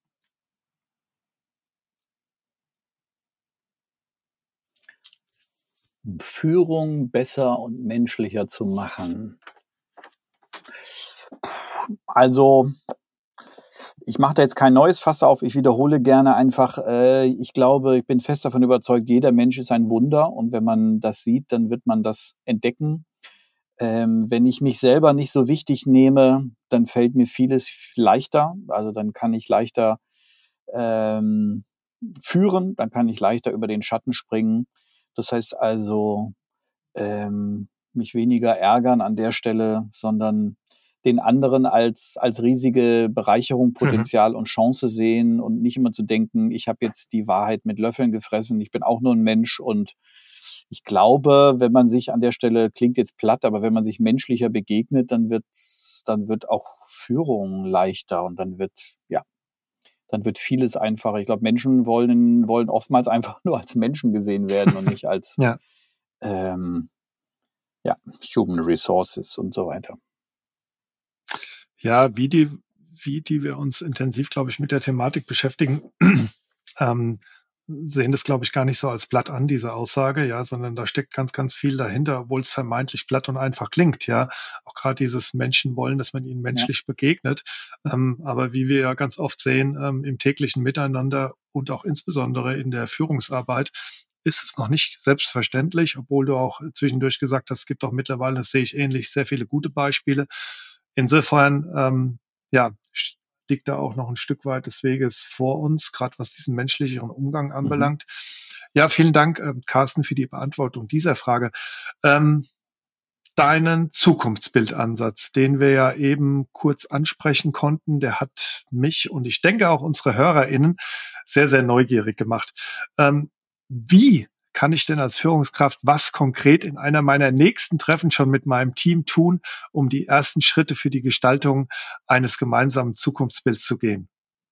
Führung besser und menschlicher zu machen. Also, ich mache da jetzt kein neues Fass auf, ich wiederhole gerne einfach, ich glaube, ich bin fest davon überzeugt, jeder Mensch ist ein Wunder und wenn man das sieht, dann wird man das entdecken. Wenn ich mich selber nicht so wichtig nehme, dann fällt mir vieles leichter. Also dann kann ich leichter ähm, führen, dann kann ich leichter über den Schatten springen. Das heißt also, mich weniger ärgern an der Stelle, sondern den anderen als riesige Bereicherung, Mhm. Potenzial und Chance sehen und nicht immer zu denken, ich habe jetzt die Wahrheit mit Löffeln gefressen, ich bin auch nur ein Mensch. Und ich glaube, wenn man sich an der Stelle, klingt jetzt platt, aber wenn man sich menschlicher begegnet, dann wird auch Führung leichter und dann wird vieles einfacher. Ich glaube, Menschen wollen oftmals einfach nur als Menschen gesehen werden und nicht als Ja. ähm, ja, Human Resources und so weiter. Ja, wie die wir uns intensiv, glaube ich, mit der Thematik beschäftigen, ähm, sehen das, glaube ich, gar nicht so als platt an, diese Aussage, ja, sondern da steckt ganz, ganz viel dahinter, obwohl es vermeintlich platt und einfach klingt, ja. Auch gerade dieses Menschen wollen, dass man ihnen Ja. menschlich begegnet. Aber wie wir ja ganz oft sehen, im täglichen Miteinander und auch insbesondere in der Führungsarbeit, ist es noch nicht selbstverständlich, obwohl du auch zwischendurch gesagt hast, es gibt auch mittlerweile, das sehe ich ähnlich, sehr viele gute Beispiele. Insofern, ja, liegt da auch noch ein Stück weit des Weges vor uns, gerade was diesen menschlicheren Umgang Mhm. anbelangt. Ja, vielen Dank, Carsten, für die Beantwortung dieser Frage. Ähm, Deinen Zukunftsbildansatz, den wir ja eben kurz ansprechen konnten, der hat mich und ich denke auch unsere HörerInnen sehr, sehr neugierig gemacht. Wie kann ich denn als Führungskraft was konkret in einer meiner nächsten Treffen schon mit meinem Team tun, um die ersten Schritte für die Gestaltung eines gemeinsamen Zukunftsbilds zu gehen?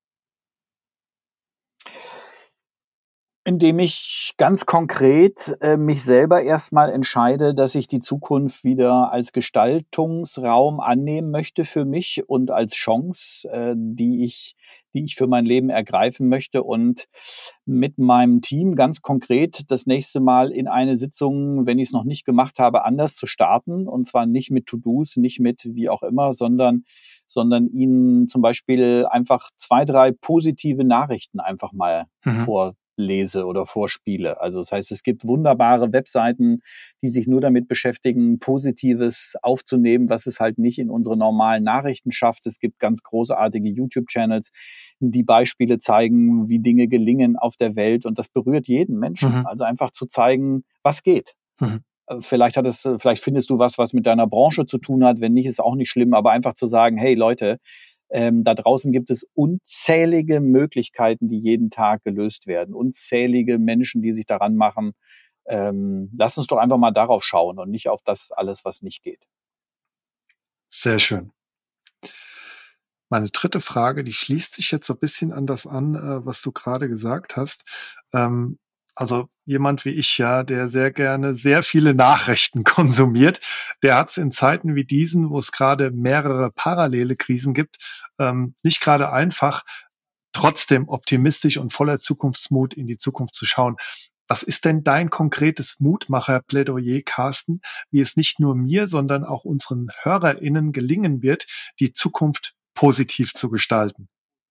Indem ich ganz konkret mich selber erstmal entscheide, dass ich die Zukunft wieder als Gestaltungsraum annehmen möchte für mich und als Chance, die ich für mein Leben ergreifen möchte und mit meinem Team ganz konkret das nächste Mal in eine Sitzung, wenn ich es noch nicht gemacht habe, anders zu starten. Und zwar nicht mit To-Dos, nicht mit wie auch immer, sondern ihnen zum Beispiel einfach 2, 3 positive Nachrichten einfach mal Mhm. vorlese oder vorspiele. Also das heißt, es gibt wunderbare Webseiten, die sich nur damit beschäftigen, Positives aufzunehmen, was es halt nicht in unsere normalen Nachrichten schafft. Es gibt ganz großartige YouTube-Channels, die Beispiele zeigen, wie Dinge gelingen auf der Welt. Und das berührt jeden Menschen. Mhm. Also einfach zu zeigen, was geht. Mhm. Vielleicht findest du was mit deiner Branche zu tun hat. Wenn nicht, ist auch nicht schlimm. Aber einfach zu sagen, hey Leute, da draußen gibt es unzählige Möglichkeiten, die jeden Tag gelöst werden. Unzählige Menschen, die sich daran machen, Lass uns doch einfach mal darauf schauen und nicht auf das alles, was nicht geht. Sehr schön. Meine dritte Frage, die schließt sich jetzt so ein bisschen an das an, was du gerade gesagt hast. Also jemand wie ich, ja, der sehr gerne sehr viele Nachrichten konsumiert, der hat es in Zeiten wie diesen, wo es gerade mehrere parallele Krisen gibt, nicht gerade einfach, trotzdem optimistisch und voller Zukunftsmut in die Zukunft zu schauen. Was ist denn dein konkretes Mutmacher-Plädoyer, Carsten, wie es nicht nur mir, sondern auch unseren HörerInnen gelingen wird, die Zukunft positiv zu gestalten?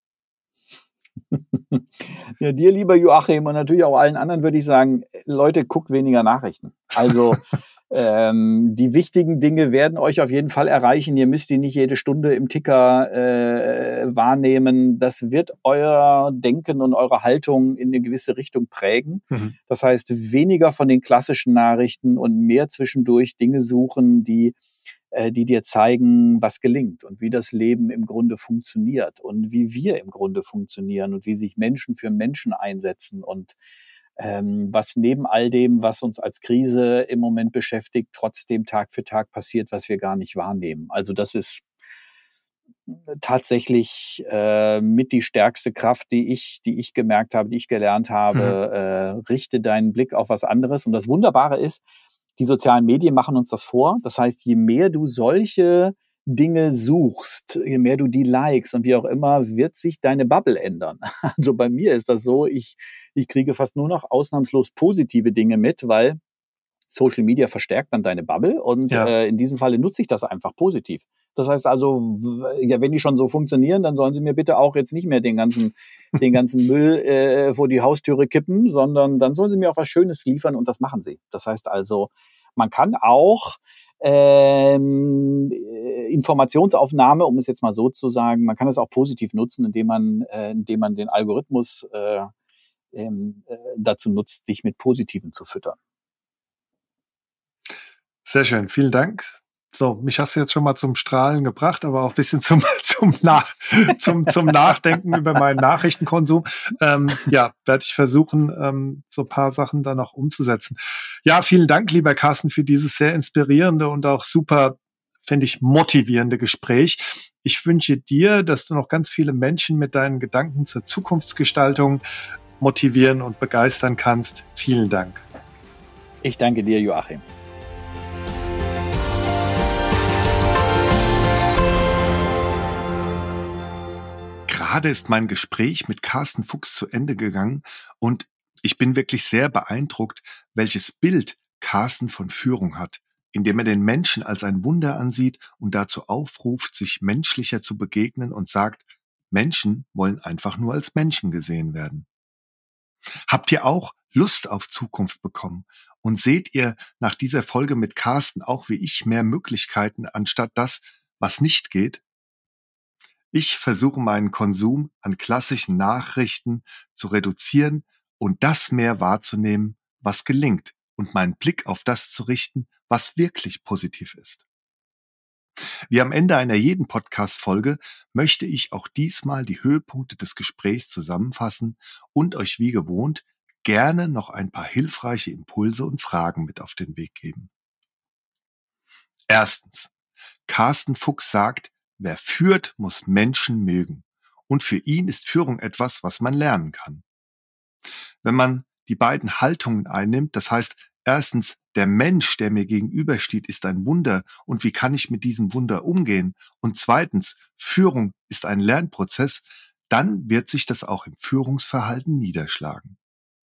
Ja, dir, lieber Joachim, und natürlich auch allen anderen würde ich sagen, Leute, guckt weniger Nachrichten. Also die wichtigen Dinge werden euch auf jeden Fall erreichen. Ihr müsst die nicht jede Stunde im Ticker wahrnehmen. Das wird euer Denken und eure Haltung in eine gewisse Richtung prägen. Mhm. Das heißt, weniger von den klassischen Nachrichten und mehr zwischendurch Dinge suchen, die dir zeigen, was gelingt und wie das Leben im Grunde funktioniert und wie wir im Grunde funktionieren und wie sich Menschen für Menschen einsetzen und was neben all dem, was uns als Krise im Moment beschäftigt, trotzdem Tag für Tag passiert, was wir gar nicht wahrnehmen. Also das ist tatsächlich mit die stärkste Kraft, die ich gemerkt habe, die ich gelernt habe. Richte deinen Blick auf was anderes. Und das Wunderbare ist, die sozialen Medien machen uns das vor. Das heißt, je mehr du solche Dinge suchst, je mehr du die likes und wie auch immer, wird sich deine Bubble ändern. Also bei mir ist das so, ich kriege fast nur noch ausnahmslos positive Dinge mit, weil Social Media verstärkt dann deine Bubble und in diesem Falle nutze ich das einfach positiv. Das heißt also, ja, wenn die schon so funktionieren, dann sollen sie mir bitte auch jetzt nicht mehr den ganzen Müll vor die Haustüre kippen, sondern dann sollen sie mir auch was Schönes liefern und das machen sie. Das heißt also, man kann auch Informationsaufnahme, um es jetzt mal so zu sagen, man kann es auch positiv nutzen, indem man den Algorithmus dazu nutzt, dich mit Positiven zu füttern. Sehr schön, vielen Dank. So, mich hast du jetzt schon mal zum Strahlen gebracht, aber auch ein bisschen zum Nachdenken über meinen Nachrichtenkonsum. Ja, werde ich versuchen, so ein paar Sachen da noch umzusetzen. Ja, vielen Dank, lieber Carsten, für dieses sehr inspirierende und auch super, finde ich, motivierende Gespräch. Ich wünsche dir, dass du noch ganz viele Menschen mit deinen Gedanken zur Zukunftsgestaltung motivieren und begeistern kannst. Vielen Dank. Ich danke dir, Joachim. Gerade ist mein Gespräch mit Carsten Fuchs zu Ende gegangen und ich bin wirklich sehr beeindruckt, welches Bild Carsten von Führung hat, indem er den Menschen als ein Wunder ansieht und dazu aufruft, sich menschlicher zu begegnen und sagt, Menschen wollen einfach nur als Menschen gesehen werden. Habt ihr auch Lust auf Zukunft bekommen und seht ihr nach dieser Folge mit Carsten auch wie ich mehr Möglichkeiten anstatt das, was nicht geht? Ich versuche meinen Konsum an klassischen Nachrichten zu reduzieren und das mehr wahrzunehmen, was gelingt und meinen Blick auf das zu richten, was wirklich positiv ist. Wie am Ende einer jeden Podcast-Folge möchte ich auch diesmal die Höhepunkte des Gesprächs zusammenfassen und euch wie gewohnt gerne noch ein paar hilfreiche Impulse und Fragen mit auf den Weg geben. Erstens. Carsten Fuchs sagt, wer führt, muss Menschen mögen. Und für ihn ist Führung etwas, was man lernen kann. Wenn man die beiden Haltungen einnimmt, das heißt, erstens, der Mensch, der mir gegenübersteht, ist ein Wunder und wie kann ich mit diesem Wunder umgehen? Und zweitens, Führung ist ein Lernprozess, dann wird sich das auch im Führungsverhalten niederschlagen.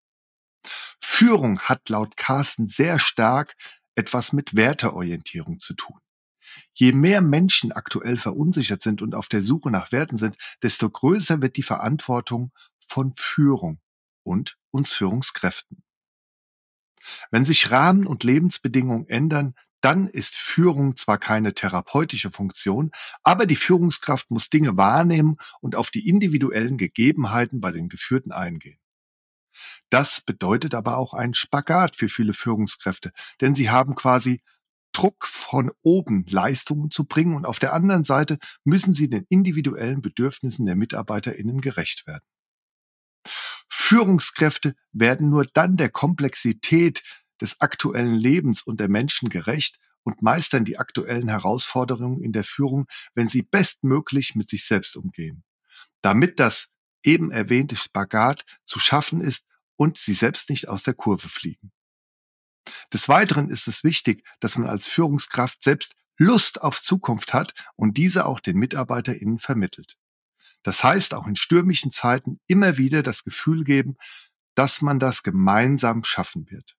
Führung hat laut Carsten sehr stark etwas mit Werteorientierung zu tun. Je mehr Menschen aktuell verunsichert sind und auf der Suche nach Werten sind, desto größer wird die Verantwortung von Führung und uns Führungskräften. Wenn sich Rahmen und Lebensbedingungen ändern, dann ist Führung zwar keine therapeutische Funktion, aber die Führungskraft muss Dinge wahrnehmen und auf die individuellen Gegebenheiten bei den Geführten eingehen. Das bedeutet aber auch einen Spagat für viele Führungskräfte, denn sie haben quasi Druck von oben, Leistungen zu bringen und auf der anderen Seite müssen sie den individuellen Bedürfnissen der MitarbeiterInnen gerecht werden. Führungskräfte werden nur dann der Komplexität des aktuellen Lebens und der Menschen gerecht und meistern die aktuellen Herausforderungen in der Führung, wenn sie bestmöglich mit sich selbst umgehen, damit das eben erwähnte Spagat zu schaffen ist und sie selbst nicht aus der Kurve fliegen. Des Weiteren ist es wichtig, dass man als Führungskraft selbst Lust auf Zukunft hat und diese auch den MitarbeiterInnen vermittelt. Das heißt, auch in stürmischen Zeiten immer wieder das Gefühl geben, dass man das gemeinsam schaffen wird.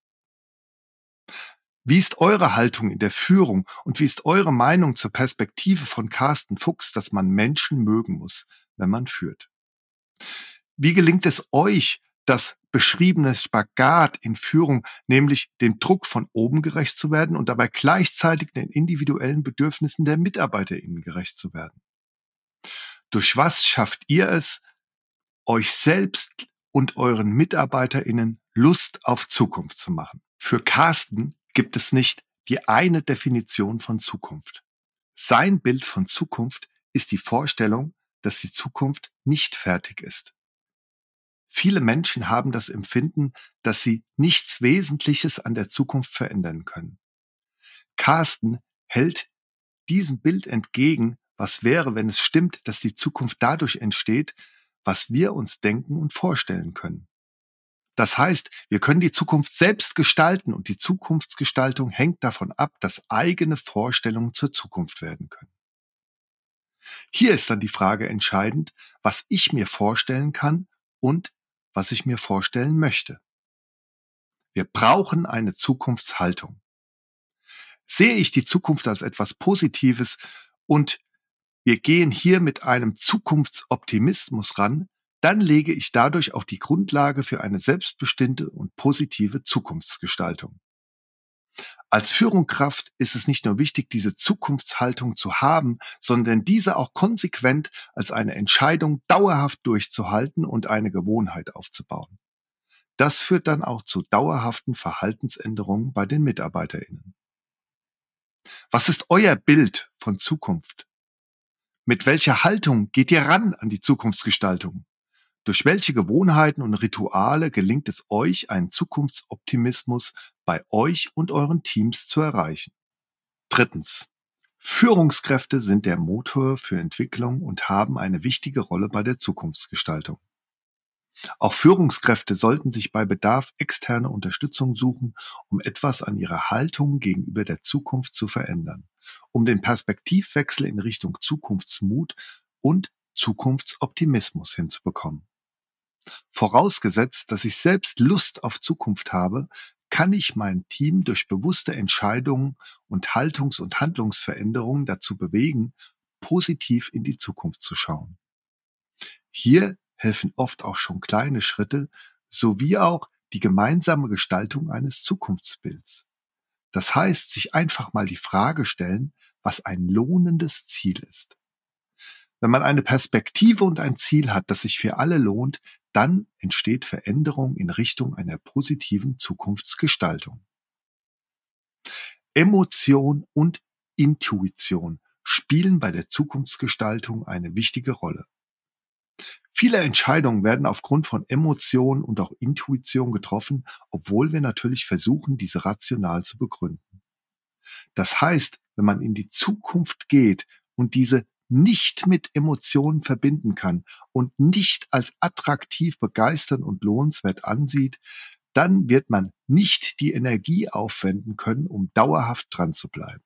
Wie ist eure Haltung in der Führung und wie ist eure Meinung zur Perspektive von Carsten Fuchs, dass man Menschen mögen muss, wenn man führt? Wie gelingt es euch, das beschriebene Spagat in Führung, nämlich dem Druck von oben gerecht zu werden und dabei gleichzeitig den individuellen Bedürfnissen der MitarbeiterInnen gerecht zu werden? Durch was schafft ihr es, euch selbst und euren MitarbeiterInnen Lust auf Zukunft zu machen? Für Carsten gibt es nicht die eine Definition von Zukunft. Sein Bild von Zukunft ist die Vorstellung, dass die Zukunft nicht fertig ist. Viele Menschen haben das Empfinden, dass sie nichts Wesentliches an der Zukunft verändern können. Carsten hält diesem Bild entgegen, was wäre, wenn es stimmt, dass die Zukunft dadurch entsteht, was wir uns denken und vorstellen können. Das heißt, wir können die Zukunft selbst gestalten und die Zukunftsgestaltung hängt davon ab, dass eigene Vorstellungen zur Zukunft werden können. Hier ist dann die Frage entscheidend, was ich mir vorstellen kann und was ich mir vorstellen möchte. Wir brauchen eine Zukunftshaltung. Sehe ich die Zukunft als etwas Positives und wir gehen hier mit einem Zukunftsoptimismus ran, dann lege ich dadurch auch die Grundlage für eine selbstbestimmte und positive Zukunftsgestaltung. Als Führungskraft ist es nicht nur wichtig, diese Zukunftshaltung zu haben, sondern diese auch konsequent als eine Entscheidung dauerhaft durchzuhalten und eine Gewohnheit aufzubauen. Das führt dann auch zu dauerhaften Verhaltensänderungen bei den MitarbeiterInnen. Was ist euer Bild von Zukunft? Mit welcher Haltung geht ihr ran an die Zukunftsgestaltung? Durch welche Gewohnheiten und Rituale gelingt es euch, einen Zukunftsoptimismus bei euch und euren Teams zu erreichen? Drittens. Führungskräfte sind der Motor für Entwicklung und haben eine wichtige Rolle bei der Zukunftsgestaltung. Auch Führungskräfte sollten sich bei Bedarf externe Unterstützung suchen, um etwas an ihrer Haltung gegenüber der Zukunft zu verändern, um den Perspektivwechsel in Richtung Zukunftsmut und Zukunftsoptimismus hinzubekommen. Vorausgesetzt, dass ich selbst Lust auf Zukunft habe, kann ich mein Team durch bewusste Entscheidungen und Haltungs- und Handlungsveränderungen dazu bewegen, positiv in die Zukunft zu schauen. Hier helfen oft auch schon kleine Schritte, sowie auch die gemeinsame Gestaltung eines Zukunftsbilds. Das heißt, sich einfach mal die Frage stellen, was ein lohnendes Ziel ist. Wenn man eine Perspektive und ein Ziel hat, das sich für alle lohnt, dann entsteht Veränderung in Richtung einer positiven Zukunftsgestaltung. Emotion und Intuition spielen bei der Zukunftsgestaltung eine wichtige Rolle. Viele Entscheidungen werden aufgrund von Emotion und auch Intuition getroffen, obwohl wir natürlich versuchen, diese rational zu begründen. Das heißt, wenn man in die Zukunft geht und diese nicht mit Emotionen verbinden kann und nicht als attraktiv, begeisternd und lohnenswert ansieht, dann wird man nicht die Energie aufwenden können, um dauerhaft dran zu bleiben.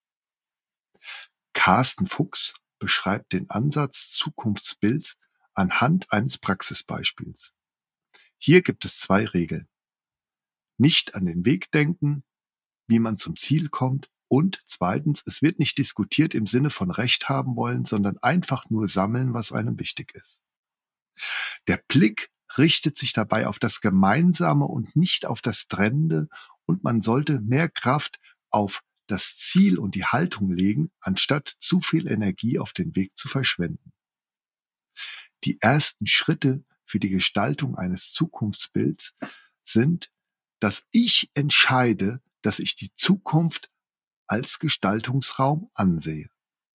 Carsten Fuchs beschreibt den Ansatz Zukunftsbilds anhand eines Praxisbeispiels. Hier gibt es 2 Regeln. Nicht an den Weg denken, wie man zum Ziel kommt, und zweitens, es wird nicht diskutiert im Sinne von Recht haben wollen, sondern einfach nur sammeln, was einem wichtig ist. Der Blick richtet sich dabei auf das Gemeinsame und nicht auf das Trennende und man sollte mehr Kraft auf das Ziel und die Haltung legen, anstatt zu viel Energie auf den Weg zu verschwenden. Die ersten Schritte für die Gestaltung eines Zukunftsbilds sind, dass ich entscheide, dass ich die Zukunft als Gestaltungsraum ansehe.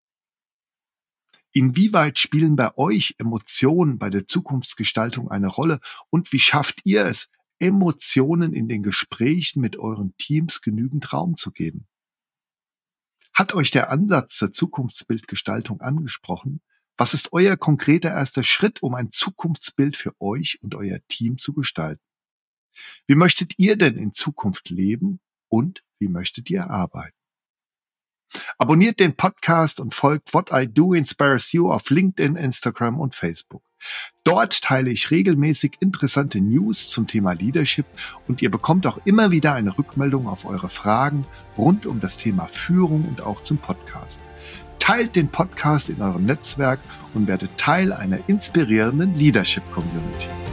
Inwieweit spielen bei euch Emotionen bei der Zukunftsgestaltung eine Rolle und wie schafft ihr es, Emotionen in den Gesprächen mit euren Teams genügend Raum zu geben? Hat euch der Ansatz zur Zukunftsbildgestaltung angesprochen? Was ist euer konkreter erster Schritt, um ein Zukunftsbild für euch und euer Team zu gestalten? Wie möchtet ihr denn in Zukunft leben und wie möchtet ihr arbeiten? Abonniert den Podcast und folgt What I Do Inspires You auf LinkedIn, Instagram und Facebook. Dort teile ich regelmäßig interessante News zum Thema Leadership und ihr bekommt auch immer wieder eine Rückmeldung auf eure Fragen rund um das Thema Führung und auch zum Podcast. Teilt den Podcast in eurem Netzwerk und werdet Teil einer inspirierenden Leadership-Community.